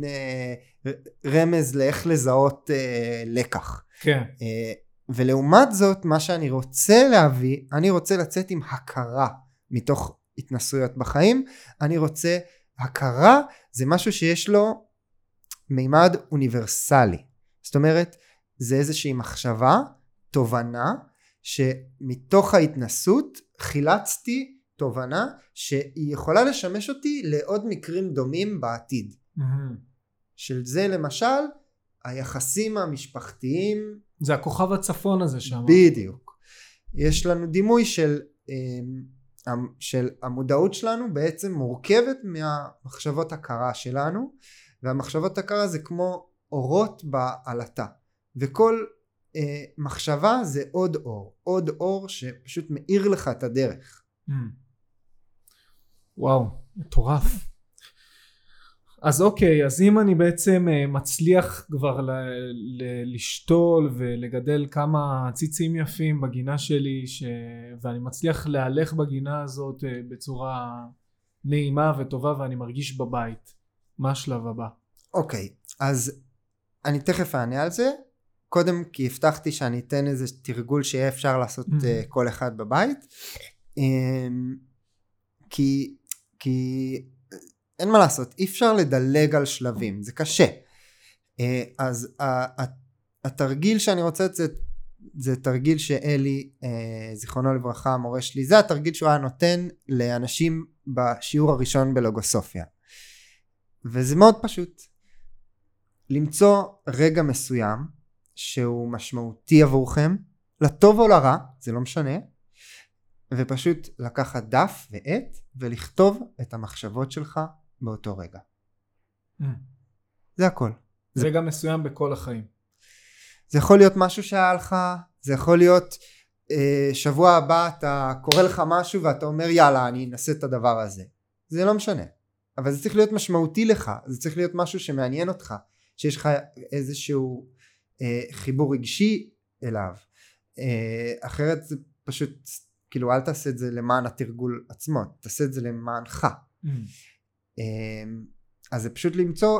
רמז לאיך לזהות לקח. כן. ולעומת זאת, מה שאני רוצה להביא, אני רוצה לצאת עם הכרה מתוך התנסויות בחיים. אני רוצה, הכרה זה משהו שיש לו מימד אוניברסלי. זאת אומרת, זה איזושהי מחשבה, תובנה, שמתוך ההתנסות חילצתי תובנה שהיא יכולה לשמש אותי לעוד מקרים דומים בעתיד. של זה למשל, היחסים המשפחתיים. זה הכוכב הצפון הזה שם. בדיוק. יש לנו דימוי של המודעות שלנו בעצם מורכבת מהמחשבות הכרה שלנו, והמחשבות הכרה זה כמו אורות בעלתה, וכל מחשבה זה עוד אור שפשוט מאיר לך את הדרך. וואו, מטורף. אז אוקיי, אז אם אני בעצם מצליח כבר לשתול ולגדל כמה ציצים יפים בגינה שלי, ואני מצליח להלך בגינה הזאת בצורה נעימה וטובה ואני מרגיש בבית, מה השלב הבא? אוקיי, אז אני תכף אענה על זה. קודם כי הבטחתי שאני אתן איזה תרגול שיהיה אפשר לעשות כל אחד בבית, כי אין מה לעשות, אי אפשר לדלג על שלבים, זה קשה. אז התרגיל שאני רוצה לצאת, זה תרגיל שאלי, זיכרונו לברכה, המורה שלי, זה התרגיל שהוא היה נותן לאנשים בשיעור הראשון בלוגוסופיה. וזה מאוד פשוט. למצוא רגע מסוים שהוא משמעותי עבורכם, לטוב או לרע, זה לא משנה, ופשוט לקחת דף ועט ולכתוב את המחשבות שלך באותו רגע. זה הכל. רגע מסוים בכל החיים. זה יכול להיות משהו שהיה לך, זה יכול להיות שבוע הבא אתה קורא לך משהו ואתה אומר יאללה אני אנסה את הדבר הזה. זה לא משנה. אבל זה צריך להיות משמעותי לך, זה צריך להיות משהו שמעניין אותך. שיש לך איזשהו חיבור רגשי אליו. אחרת זה פשוט, כאילו אל תעשה את זה למען התרגול עצמו, תעשה את זה למענך. אז זה פשוט למצוא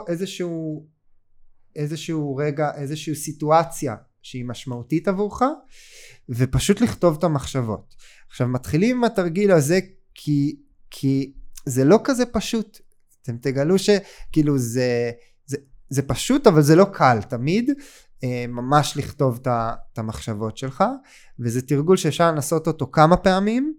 איזשהו רגע, איזושהי סיטואציה שהיא משמעותית עבורך, ופשוט לכתוב את המחשבות. עכשיו מתחילים עם התרגיל הזה כי זה לא כזה פשוט. אתם תגלו שכאילו זה פשוט, אבל זה לא קל תמיד ממש לכתוב את המחשבות שלך, וזה תרגול שאפשר לנסות אותו כמה פעמים,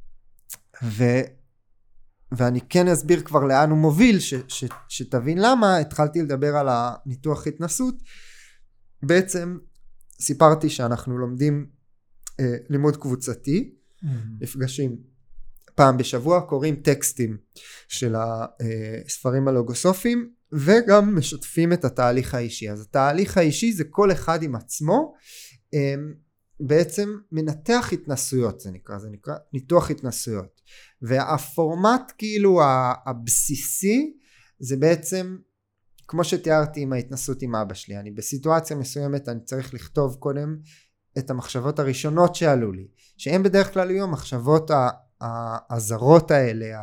ואני כן אסביר כבר לאן הוא מוביל, שתבין למה. התחלתי לדבר על הניתוח התנסות. בעצם סיפרתי שאנחנו לומדים לימוד קבוצתי, נפגשים פעם בשבוע, קוראים טקסטים של הספרים הלוגוסופיים, וגם משתפים את התהליך האישי. אז התהליך האישי זה כל אחד עם עצמו, בעצם מנתח התנסויות, זה נקרא ניתוח התנסויות. והפורמט כאילו הבסיסי, זה בעצם כמו שתיארתי עם ההתנסות עם אבא שלי. אני בסיטואציה מסוימת, אני צריך לכתוב קודם את המחשבות הראשונות שעלו לי, שהן בדרך כלל היו המחשבות הזרות האלה,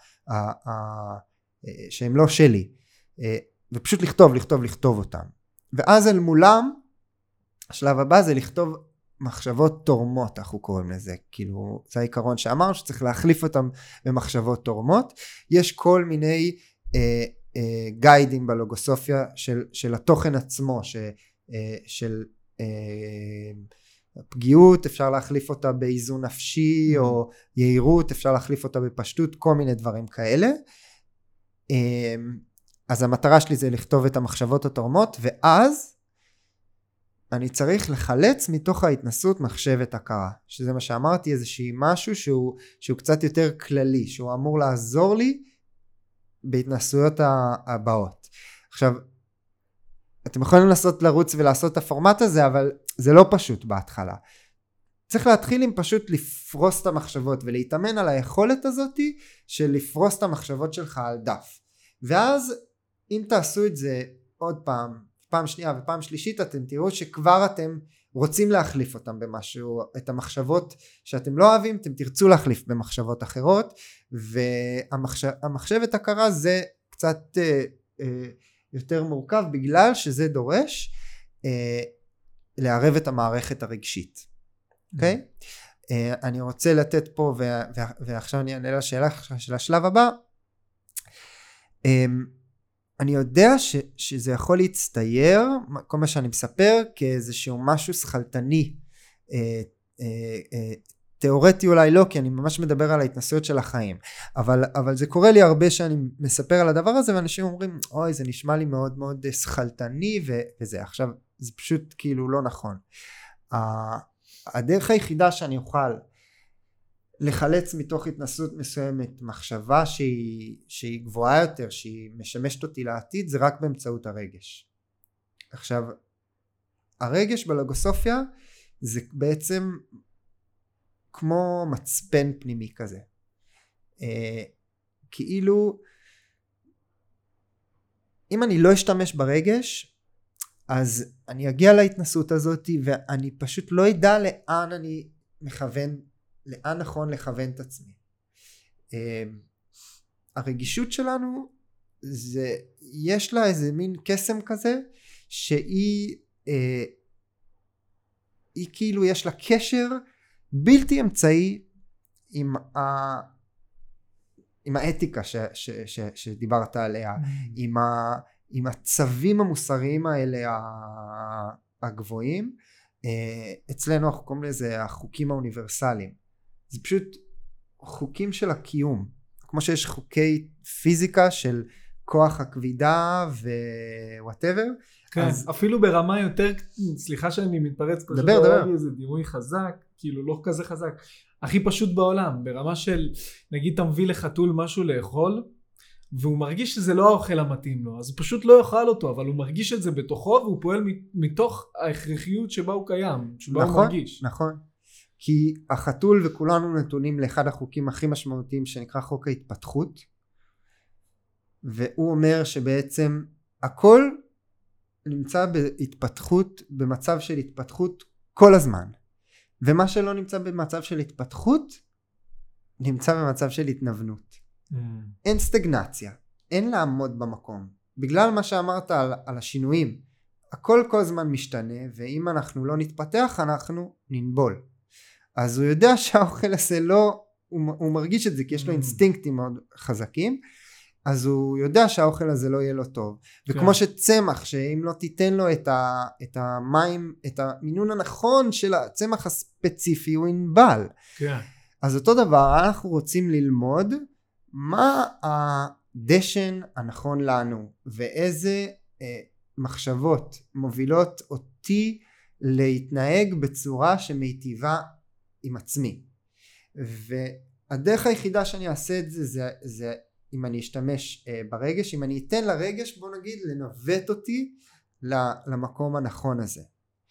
שהן לא שלי, ופשוט לכתוב אותם. ואז אל מולם, השלב הבא זה לכתוב מחשבות תורמות, אנחנו קוראים לזה, כאילו זה העיקרון שאמרנו שצריך להחליף אותם במחשבות תורמות. יש כל מיני גיידים בלוגוסופיה של התוכן עצמו, של פגיעות, אפשר להחליף אותה באיזון נפשי, או יהירות, אפשר להחליף אותה בפשטות, כל מיני דברים כאלה. אז המטרה שלי זה לכתוב את המחשבות התורמות, ואז אני צריך לחלץ מתוך ההתנסות מחשבת הכרה, שזה מה שאמרתי, איזושהי משהו שהוא קצת יותר כללי, שהוא אמור לעזור לי בהתנסויות הבאות. עכשיו, אתם יכולים לרוץ ולעשות את הפורמט הזה, אבל זה לא פשוט בהתחלה. צריך להתחיל עם פשוט לפרוס את המחשבות, ולהתאמן על היכולת הזאת של לפרוס את המחשבות שלך על דף. ואז אם תעשו את זה עוד פעם שנייה ופעם שלישית, אתם תראו שכבר אתם רוצים להחליף אותם במשהו, את המחשבות שאתם לא אוהבים, אתם תרצו להחליף במחשבות אחרות, והמחשבת הכרה זה קצת יותר מורכב, בגלל שזה דורש לערב את המערכת הרגשית. אוקיי? אני רוצה לתת פה, ועכשיו אני אענה לשאלה של השלב הבא. אני יודע שזה יכול להצטייר, כל מה שאני מספר, כאיזשהו משהו שכלתני, תיאורטי אולי לא, כי אני ממש מדבר על ההתנסויות של החיים, אבל זה קורה לי הרבה שאני מספר על הדבר הזה, ואנשים אומרים, אוי, זה נשמע לי מאוד מאוד שכלתני, וזה. עכשיו, זה פשוט כאילו לא נכון. הדרך היחידה שאני אוכל לחלץ מתוך התנסות מסוימת מחשבה שהיא גבוהה יותר, שהיא משמשת אותי לעתיד, זה רק באמצעות הרגש. עכשיו, הרגש בלוגוסופיה זה בעצם כמו מצפן פנימי כזה. כאילו, אם אני לא אשתמש ברגש, אז אני אגיע להתנסות הזאת, ואני פשוט לא ידע לאן אני מכוון, לאן נכון לכוון את עצמי. הרגישות שלנו, יש לה איזה מין קסם כזה, שהיא כאילו יש לה קשר בלתי אמצעי עם האתיקה שדיברת עליה, עם הצווים המוסריים האלה הגבוהים. אצלנו אנחנו קוראים לזה החוקים האוניברסליים. זה פשוט חוקים של הקיום, כמו שיש חוקי פיזיקה של כוח הכבידה ווואטאבר. כן, אז אפילו ברמה יותר, סליחה שאני מתפרץ, פשוט דבר. איזה דימוי חזק, כאילו לא כזה חזק, הכי פשוט בעולם, ברמה של, נגיד אתה מביא לחתול משהו לאכול, והוא מרגיש שזה לא האוכל המתאים לו, אז הוא פשוט לא יאכל אותו, אבל הוא מרגיש את זה בתוכו, והוא פועל מתוך ההכרחיות שבה הוא קיים, שבה הוא מרגיש. נכון, כי החתול וכולנו נתונים לאחד החוקים הכי משמעותיים, שנקרא חוק ההתפתחות, והוא אומר שבעצם הכל נמצא בהתפתחות, במצב של התפתחות כל הזמן. ומה שלא נמצא במצב של התפתחות, נמצא במצב של התנוונות. אין סטגנציה, אין לעמוד במקום. בגלל מה שאמרת על השינויים, הכל כל הזמן משתנה, ואם אנחנו לא נתפתח, אנחנו ננבול. אז הוא יודע שהאוכל הזה לא, הוא מרגיש את זה, כי יש לו אינסטינקטים מאוד חזקים, אז הוא יודע שהאוכל הזה לא יהיה לו טוב. וכמו שצמח, שאם לא תיתן לו את המים, את המינון הנכון של הצמח הספציפי, הוא ינבל. כן. אז אותו דבר, אנחנו רוצים ללמוד מה הדשן הנכון לנו, ואיזה מחשבות מובילות אותי להתנהג בצורה שמיטיבה עם עצמי. והדרך היחידה שאני אעשה את זה אם אני אשתמש ברגש, אם אני אתן לרגש, בוא נגיד, לנווט אותי למקום הנכון הזה.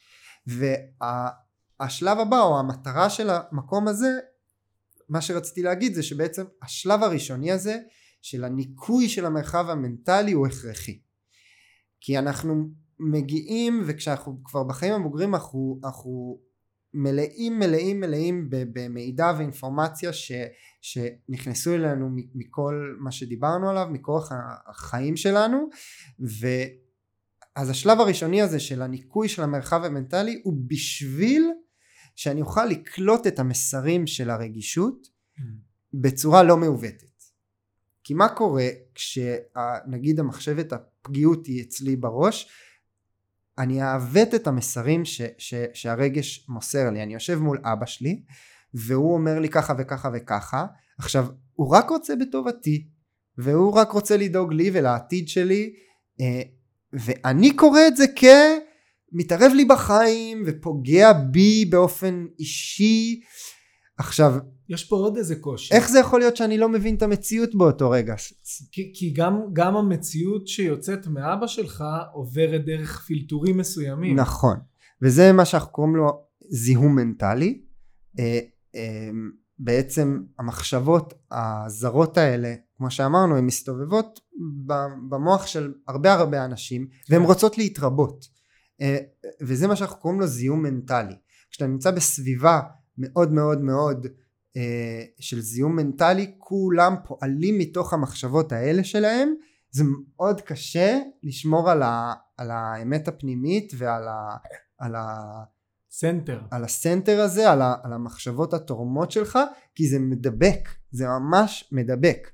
והשלב הבא, או המטרה של המקום הזה, מה שרציתי להגיד זה שבעצם השלב הראשוני הזה, של הניקוי של המרחב המנטלי, הוא הכרחי. כי אנחנו מגיעים, וכשאנחנו כבר בחיים הבוגרים, אנחנו מלאים במידע ואינפורמציה שנכנסו אלינו מכל מה שדיברנו עליו, מכוח החיים שלנו, אז השלב הראשוני הזה של הניקוי של המרחב המנטלי, הוא בשביל שאני אוכל לקלוט את המסרים של הרגישות בצורה לא מעוותת. כי מה קורה כשנגיד המחשבת הפגיעות היא אצלי בראש, אני אעוות את המסרים שהרגש מוסר לי. אני יושב מול אבא שלי, והוא אומר לי ככה וככה וככה. עכשיו, הוא רק רוצה בטובתי, והוא רק רוצה לדאוג לי ולעתיד שלי, ואני קורא את זה מתערב לי בחיים, ופוגע בי באופן אישי. עכשיו, יש פה עוד איזה קושי. איך זה יכול להיות שאני לא מבין את המציאות באותו רגע? כי גם המציאות שיוצאת מאבא שלך עוברת דרך פילטורים מסוימים. נכון. וזה מה שאנחנו קוראים לו זיהום מנטלי. בעצם המחשבות הזרות האלה, כמו שאמרנו, הן מסתובבות במוח של הרבה אנשים, והן רוצות להתרבות. וזה מה שאנחנו קוראים לו זיהום מנטלי. כשאתה נמצא בסביבה מאוד מאוד מאוד של זיהום מנטלי, כולם פועלים מתוך המחשבות האלה שלהם, זה מאוד קשה לשמור על האמת הפנימית ועל הסנטר הזה, על המחשבות התורמות שלך, כי זה מדבק, זה ממש מדבק.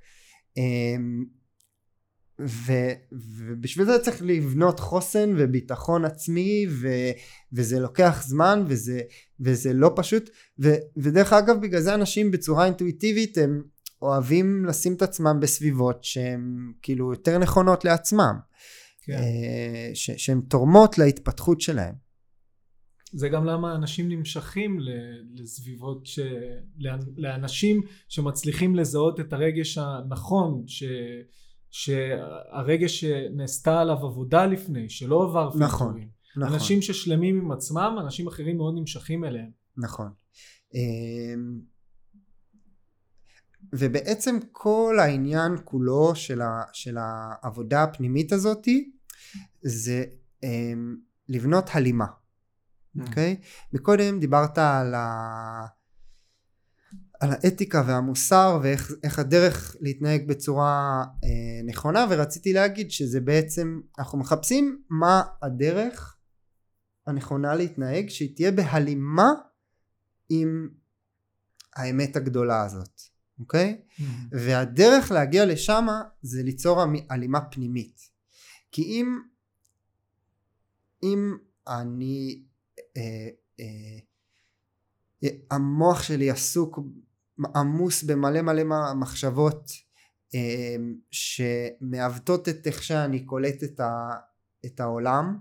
ובשביל זה צריך לבנות חוסן וביטחון עצמי, וזה לוקח זמן, וזה לא פשוט. ודרך אגב, בגלל זה אנשים בצורה אינטואיטיבית הם אוהבים לשים את עצמם בסביבות שהן כאילו יותר נכונות לעצמם, כן. שהן תורמות להתפתחות שלהם. זה גם למה אנשים נמשכים לסביבות, לאנשים שמצליחים לזהות את הרגש הנכון, שהרגש שנעשתה עליו עבודה לפני, שלא עבר פילטורים. נכון. אנשים ששלמים עם עצמם, אנשים אחרים מאוד נמשכים אליהם. נכון. ובעצם כל העניין כולו של העבודה הפנימית הזאת, זה לבנות הלימה. אוקיי? מקודם דיברת על האתיקה והמוסר ואיך הדרך להתנהג בצורה נכונה, ורציתי להגיד שזה בעצם, אנחנו מחפשים מה הדרך הנכונה להתנהג, שהיא תהיה בהלימה עם האמת הגדולה הזאת, אוקיי? והדרך להגיע לשם זה ליצור הלימה פנימית. כי אם אני המוח שלי עמוס במלא מלא מחשבות שמעוותות את איך שאני קולט את העולם,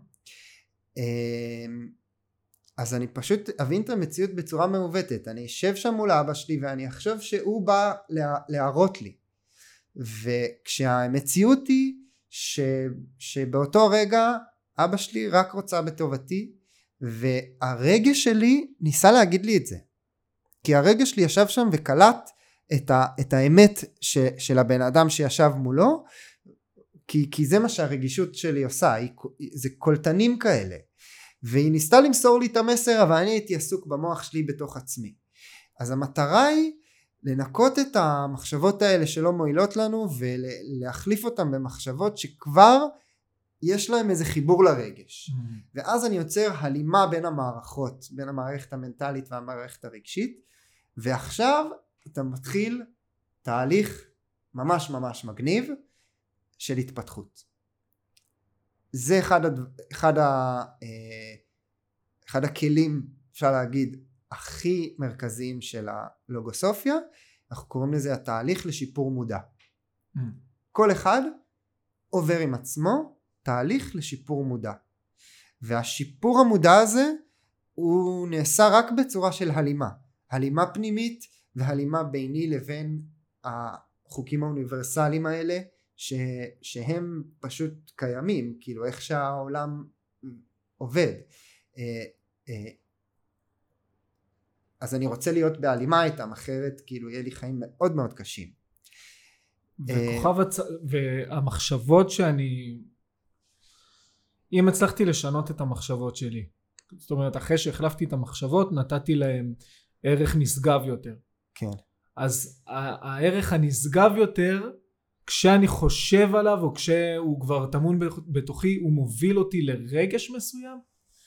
אז אני פשוט אבין את המציאות בצורה מעוותת. אני אשב שם מול אבא שלי ואני אחשוב שהוא בא להראות לי, וכשהמציאות היא שבאותו רגע אבא שלי רק רוצה בטובתי, והרגש שלי ניסה להגיד לי את זה, כי הרגש שלי ישב שם וקלט את האמת של הבן אדם שישב מולו, כי זה מה שהרגישות שלי עושה, זה קולטנים כאלה, והיא ניסתה למסור לי את המסר, אבל אני הייתי עסוק במוח שלי בתוך עצמי. אז המטרה היא לנקות את המחשבות האלה שלא מועילות לנו, ולהחליף אותם במחשבות שכבר יש להם איזה חיבור לרגש. ואז אני יוצר הלימה בין המערכות, בין המערכת המנטלית והמערכת הרגשית, ועכשיו אתה מתחיל תהליך ממש ממש מגניב של התפתחות. זה אחד הכלים, אפשר להגיד, הכי מרכזיים של הלוגוסופיה. אנחנו קוראים לזה התהליך לשיפור מודע. כל אחד עובר עם עצמו תהליך לשיפור מודע. והשיפור המודע הזה הוא נעשה רק בצורה של הלימה. הלימה פנימית והלימה ביני לבין החוקים האוניברסליים האלה שהם פשוט קיימים, כאילו איך שהעולם עובד. אז אני רוצה להיות בהלימה איתם, אחרת כאילו יהיה לי חיים מאוד מאוד קשים. והמחשבות שאני, אם הצלחתי לשנות את המחשבות שלי, זאת אומרת אחרי שהחלפתי את המחשבות נתתי להם ערך נשגב יותר. כן. אז הערך הנשגב יותר, כשאני חושב עליו או כשהוא כבר טמון בתוכי, הוא מוביל אותי לרגש מסוים?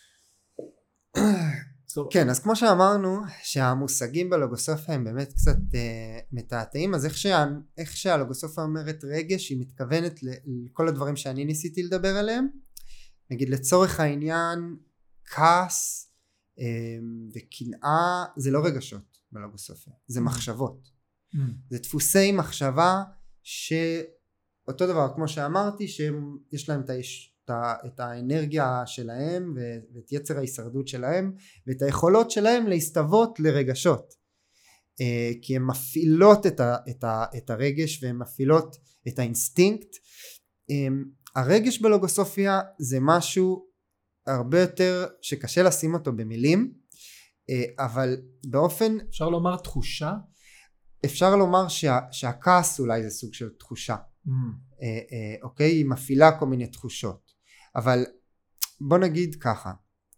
כן, אז כמו שאמרנו שהמושגים בלוגוסופיה הם באמת קצת מתעתעים, אז איך שהלוגוסופיה אומרת רגש, היא מתכוונת לכל הדברים שאני ניסיתי לדבר עליהם. נגיד לצורך העניין כעס וקנאה זה לא רגשות בלוגוסופיה, זה מחשבות. זה דפוסי מחשבה שאותו דבר כמו שאמרתי, שיש להם את האנרגיה שלהם ואת יצר ההישרדות שלהם ואת היכולות שלהם להסתוות לרגשות, כי הן מפעילות את הרגש והן מפעילות את האינסטינקט. הרגש בלוגוסופיה זה משהו הרבה יותר שקשה לשים אותו במילים, אבל באופן, אפשר לומר תחושה? אפשר לומר שהכעס אולי זה סוג של תחושה. אוקיי, היא מפעילה כל מיני תחושות, אבל בוא נגיד ככה,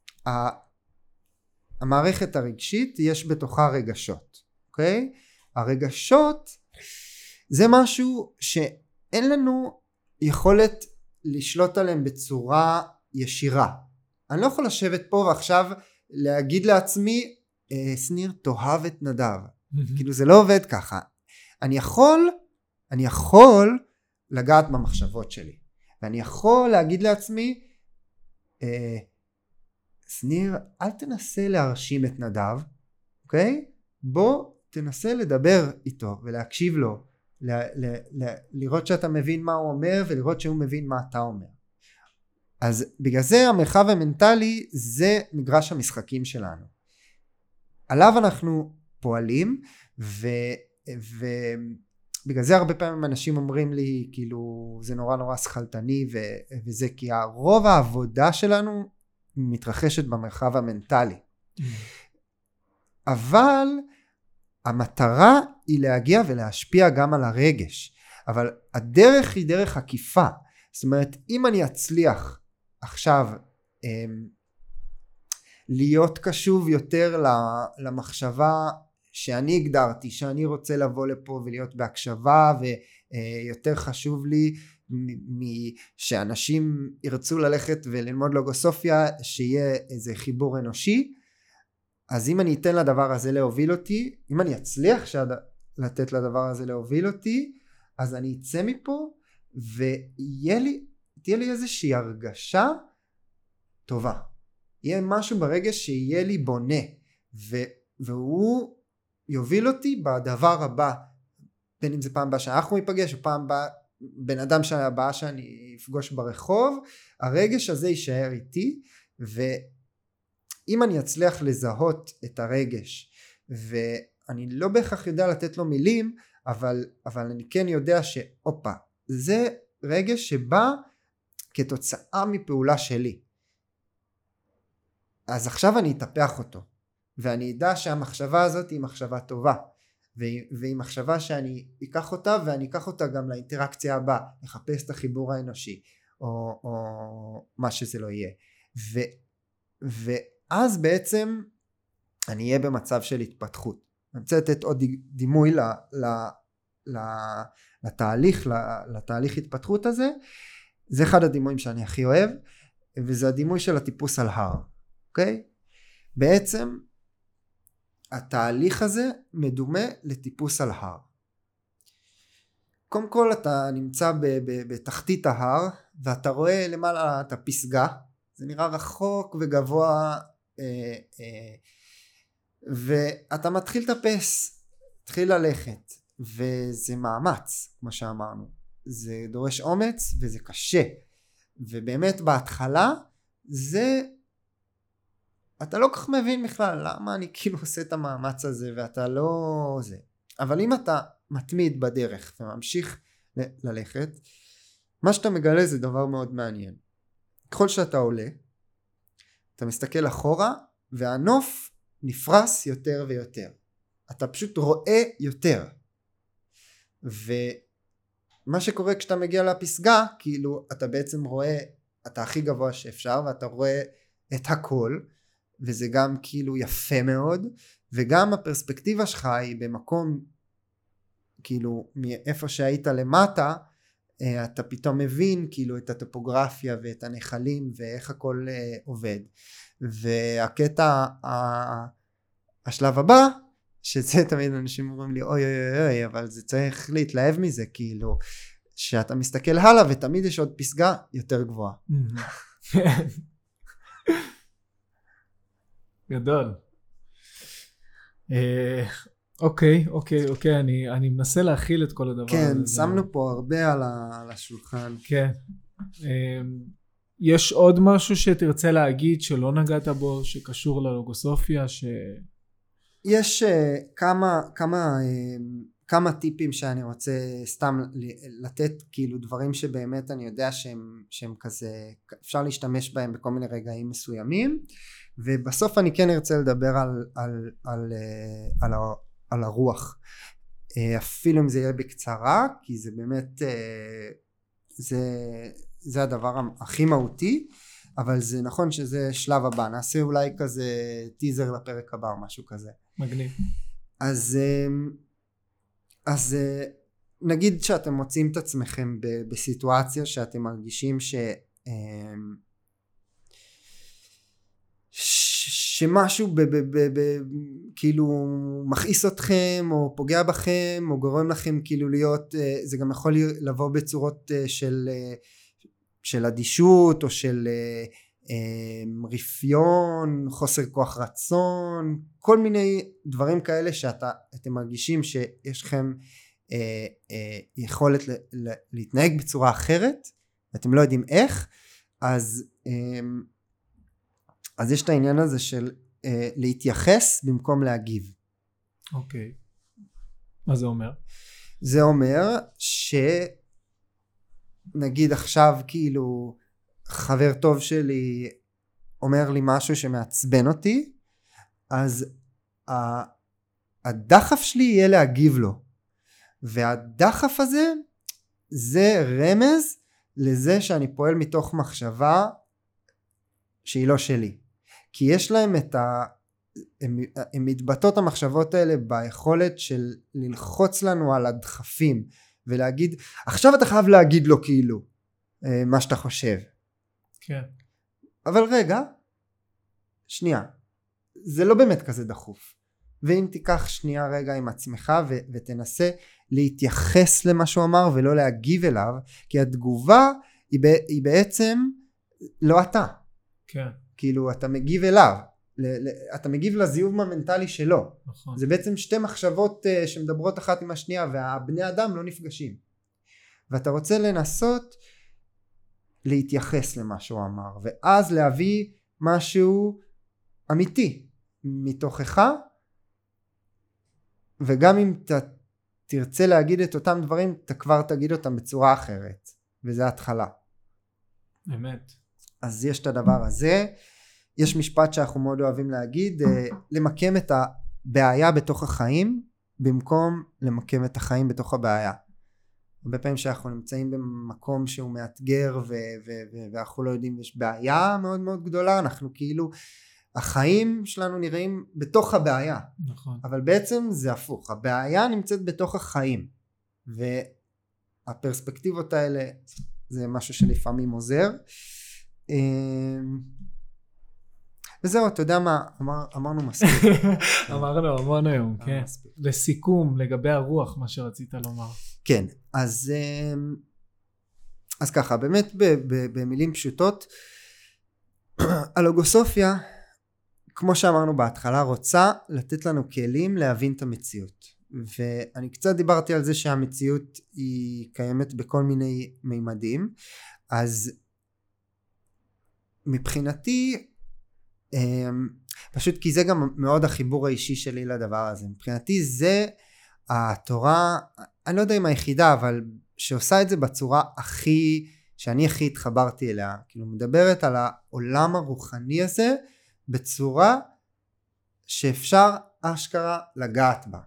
המערכת הרגשית יש בתוכה רגשות, אוקיי? הרגשות זה משהו שאין לנו יכולת לשלוט עליהם בצורה ישירה. אני לא יכול לשבת פה ועכשיו להגיד לעצמי שניר תאהב את נדב, כאילו זה לא עובד ככה. אני יכול לגעת במחשבות שלי, ואני יכול להגיד לעצמי שניר אל תנסה להרשים את נדב, אוקיי? בוא תנסה לדבר איתו ולהקשיב לו, לראות שאתה מבין מה הוא אומר ולראות שהוא מבין מה אתה אומר. אז בגלל זה המרחב המנטלי זה מגרש המשחקים שלנו, עליו אנחנו פועלים, ובגלל זה הרבה פעמים אנשים אומרים לי כאילו זה נורא נורא שכלתני, וזה כי רוב העבודה שלנו מתרחשת במרחב המנטלי. אבל המטרה היא להגיע ולהשפיע גם על הרגש, אבל הדרך היא דרך עקיפה. זאת אומרת, אם אני אצליח עכשיו להיות קשוב יותר למחשבה שאני הגדרתי, שאני רוצה לבוא לפה ולהיות בהקשבה, ויותר חשוב לי שאנשים ירצו ללכת וללמוד לוגוסופיה, שיהיה איזה חיבור אנושי. אז אם אני אתן לדבר הזה להוביל אותי, אם אני אצליח לתת לדבר הזה להוביל אותי, אז אני אצא מפה ותהיה לי איזושהי הרגשה טובה. יהיה משהו ברגע שיהיה לי בונה, והוא יוביל אותי בדבר הבא, בין אם זה פעם הבאה שאנחנו ניפגש, או פעם הבאה בן אדם הבאה שאני אפגוש ברחוב, הרגש הזה יישאר איתי. ואם אני אצליח לזהות את הרגש, ואני לא בהכרח יודע לתת לו מילים, אבל אני כן יודע שאופה, זה רגש שבא כתוצאה מפעולה שלי, אז עכשיו אני אטפח אותו, ואני אדע שהמחשבה הזאת היא מחשבה טובה, והיא מחשבה שאני אקח אותה ואני אקח אותה גם לאינטראקציה הבאה, לחפש את החיבור האנושי או מה שזה לא יהיה, ואז בעצם אני אהיה במצב של התפתחות. אני רוצה לתת עוד דימוי לתהליך התפתחות הזה. זה אחד הדימויים שאני הכי אוהב, וזה הדימוי של הטיפוס על הר. אוקיי? בעצם התהליך הזה מדומה לטיפוס על הר. קודם כל אתה נמצא בתחתית ההר, ואתה רואה למעלה את הפסגה, זה נראה רחוק וגבוה, ואתה מתחיל לטפס, מתחיל ללכת, וזה מאמץ, כמו שאמרנו. זה דורש אומץ וזה קשה, ובאמת בהתחלה זה, אתה לא כך מבין בכלל למה אני כאילו עושה את המאמץ הזה, ואתה לא זה. אבל אם אתה מתמיד בדרך וממשיך ללכת, מה שאתה מגלה זה דבר מאוד מעניין. ככל שאתה עולה, אתה מסתכל אחורה, והנוף נפרס יותר ויותר. אתה פשוט רואה יותר. ומה שקורה כשאתה מגיע לפסגה, כאילו אתה בעצם רואה, אתה הכי גבוה שאפשר, ואתה רואה את הכל, וזה גם כאילו יפה מאוד, וגם הפרספקטיבה שלך היא במקום, כאילו מאיפה שהיית למטה, אתה פתאום מבין כאילו את הטופוגרפיה ואת הנחלים ואיך הכל עובד. והקטע, השלב הבא, שזה תמיד אנשים אומרים לי אוי אוי אוי, אבל זה צריך להתלהב מזה, כאילו שאתה מסתכל הלאה ותמיד יש עוד פסגה יותר גבוהה. גדול. אוקיי, אני מנסה להכיל את כל הדבר הזה. כן, שמנו פה הרבה על השולחן. כן. יש עוד משהו שתרצה להגיד שלא נגעת בו, שקשור ללוגוסופיה? יש כמה טיפים שאני רוצה סתם לתת, כאילו דברים שבאמת אני יודע שהם כזה, אפשר להשתמש בהם בכל מיני רגעים מסוימים, ובסוף אני כן ארצה לדבר על הרוח, אפילו אם זה יהיה בקצרה, כי זה באמת, זה הדבר הכי מהותי, אבל זה נכון שזה שלב הבא. נעשה אולי כזה טיזר לפרק הבא או משהו כזה. מגניב. אז נגיד שאתם מוצאים את עצמכם בסיטואציה שאתם מרגישים שמשהו כאילו מכעיס אתכם או פוגע בכם או גורם לכם כאילו להיות, זה גם יכול לבוא בצורות של אדישות או של רפיון, חוסר כוח רצון, כל מיני דברים כאלה שאתם מרגישים שיש לכם יכולת להתנהג בצורה אחרת ואתם לא יודעים איך, אז יש את העניין הזה של להתייחס במקום להגיב. אוקיי. מה זה אומר? זה אומר נגיד עכשיו כאילו חבר טוב שלי אומר לי משהו שמעצבן אותי, אז הדחף שלי יהיה להגיב לו, והדחף הזה זה רמז לזה שאני פועל מתוך מחשבה שהיא לא שלי, כי יש להם הם מתבטאות המחשבות האלה ביכולת של ללחוץ לנו על הדחפים ולהגיד עכשיו אתה חייב להגיד לו כאילו מה שאתה חושב. כן. אבל רגע, שנייה, זה לא באמת כזה דחוף. ואם תיקח שנייה רגע עם עצמך ותנסה להתייחס למה שהוא אמר ולא להגיב אליו, כי התגובה היא בעצם לא אתה. כן. כאילו אתה מגיב אליו, אתה מגיב לזיהום המנטלי שלו. נכון. זה בעצם שתי מחשבות שמדברות אחת עם השנייה, והבני אדם לא נפגשים. ואתה רוצה לנסות להתייחס למה שהוא אמר, ואז להביא משהו אמיתי מתוכך, וגם אם אתה תרצה להגיד את אותם דברים, אתה כבר תגיד אותם בצורה אחרת, וזה התחלה. אמת. אז יש את הדבר הזה. יש משפט שאנחנו מאוד אוהבים להגיד, למקם את הבעיה בתוך החיים במקום למקם את החיים בתוך הבעיה. הרבה פעמים שאנחנו נמצאים במקום שהוא מאתגר ואנחנו לא יודעים, יש בעיה מאוד מאוד גדולה, אנחנו כאילו, החיים שלנו נראים בתוך הבעיה. נכון. אבל בעצם זה הפוך, הבעיה נמצאת בתוך החיים, והפרספקטיבות האלה זה משהו שלפעמים עוזר. וזהו, אתה יודע מה, אמרנו מספיק. אמרנו המון היום, כן. לסיכום, לגבי הרוח, מה שרצית לומר. כן, אז ככה, באמת במילים פשוטות, הלוגוסופיה, כמו שאמרנו בהתחלה, רוצה לתת לנו כלים להבין את המציאות. ואני קצת דיברתי על זה שהמציאות היא קיימת בכל מיני מימדים, אז מבחינתי, פשוט כי זה גם מאוד החיבור האישי שלי לדבר הזה, מבחינתי זה התורה, אני לא יודע אם היחידה, אבל שעושה את זה בצורה שאני הכי התחברתי אליה, כאילו מדברת על העולם הרוחני הזה בצורה שאפשר אשכרה לגעת בה,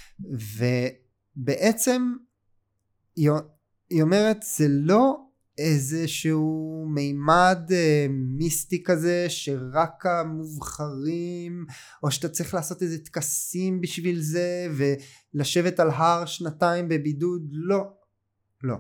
ובעצם היא אומרת זה לא איזשהו מימד מיסטי כזה שרק המובחרים, או שאתה צריך לעשות איזה טקסים בשביל זה ולשבת על הר 2 בבידוד, לא.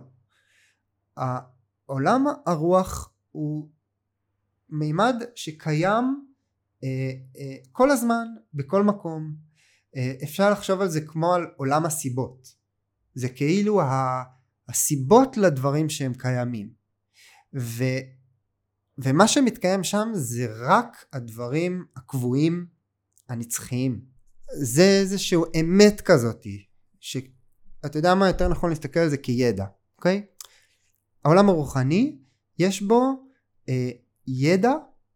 העולם הרוח הוא מימד שקיים כל הזמן, בכל מקום. אפשר לחשוב על זה כמו על עולם הסיבות, זה כאילו הסיבות לדברים שהם קיימים, ומה שמתקיים שם זה רק הדברים הקבועים הנצחיים. זה איזשהו אמת כזאת, שאתה יודע מה, יותר נכון להסתכל על זה כידע, אוקיי? העולם הרוחני יש בו ידע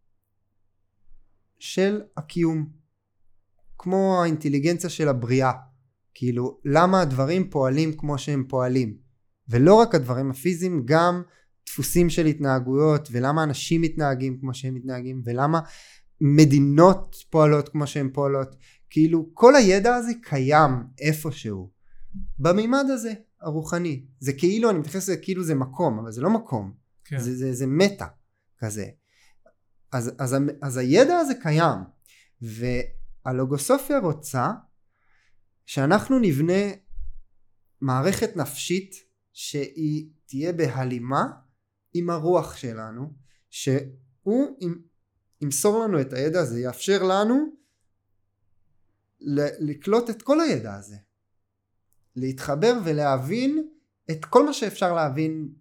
של הקיום, כמו האינטליגנציה של הבריאה, כאילו למה הדברים פועלים כמו שהם פועלים, ולא רק הדברים הפיזיים, גם דפוסים של התנהגויות, ולמה אנשים מתנהגים כמו שהם מתנהגים, ולמה מדינות פועלות כמו שהן פועלות. כאילו כל הידע הזה קיים איפשהו במימד הזה הרוחני. זה כאילו, אני מתייחס לזה כאילו זה מקום, אבל זה לא מקום, כן. זה מטה כזה. אז הידע הזה קיים, והלוגוסופיה רוצה שאנחנו נבנה מערכת נפשית שהיא תהיה בהלימה עם הרוח שלנו, שהוא ימסור לנו את הידע הזה, יאפשר לנו לקלוט את כל הידע הזה, להתחבר ולהבין את כל מה שאפשר להבין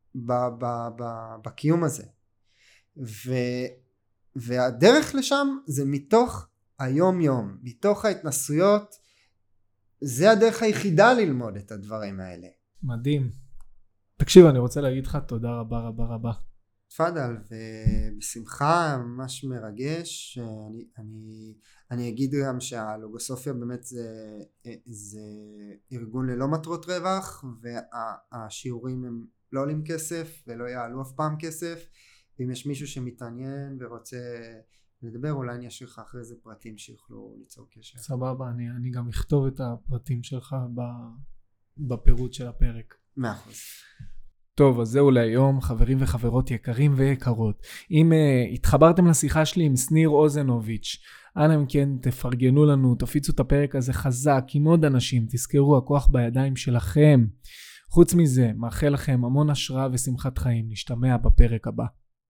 בקיום הזה, והדרך לשם זה מתוך היום יום, מתוך ההתנסויות. זה הדרך היחידה ללמוד את הדברים האלה. מדהים. תקשיב, אני רוצה להגיד לך תודה רבה רבה רבה. תפדל, ובשמחה, ממש מרגש. אני אגיד גם שהלוגוסופיה באמת זה ארגון ללא מטרות רווח, והשיעורים הם לא עולים כסף ולא יעלו אף פעם כסף. ואם יש מישהו שמתעניין ורוצה לדבר, אולי אני אשאיר לך אחרי זה פרטים שיוכלו ליצור קשר. סבבה, אני גם אכתוב את הפרטים שלך בפירוט של הפרק. 100%. טוב, אז זהו להיום, חברים וחברות יקרים ויקרות. אם התחברתם לשיחה שלי עם שניר אוזנוביץ', אנא אם כן תפרגנו לנו, תפיצו את הפרק הזה חזק עם עוד אנשים, תזכרו, הכוח בידיים שלכם. חוץ מזה, מאחל לכם המון השראה ושמחת חיים. נשתמע בפרק הבא.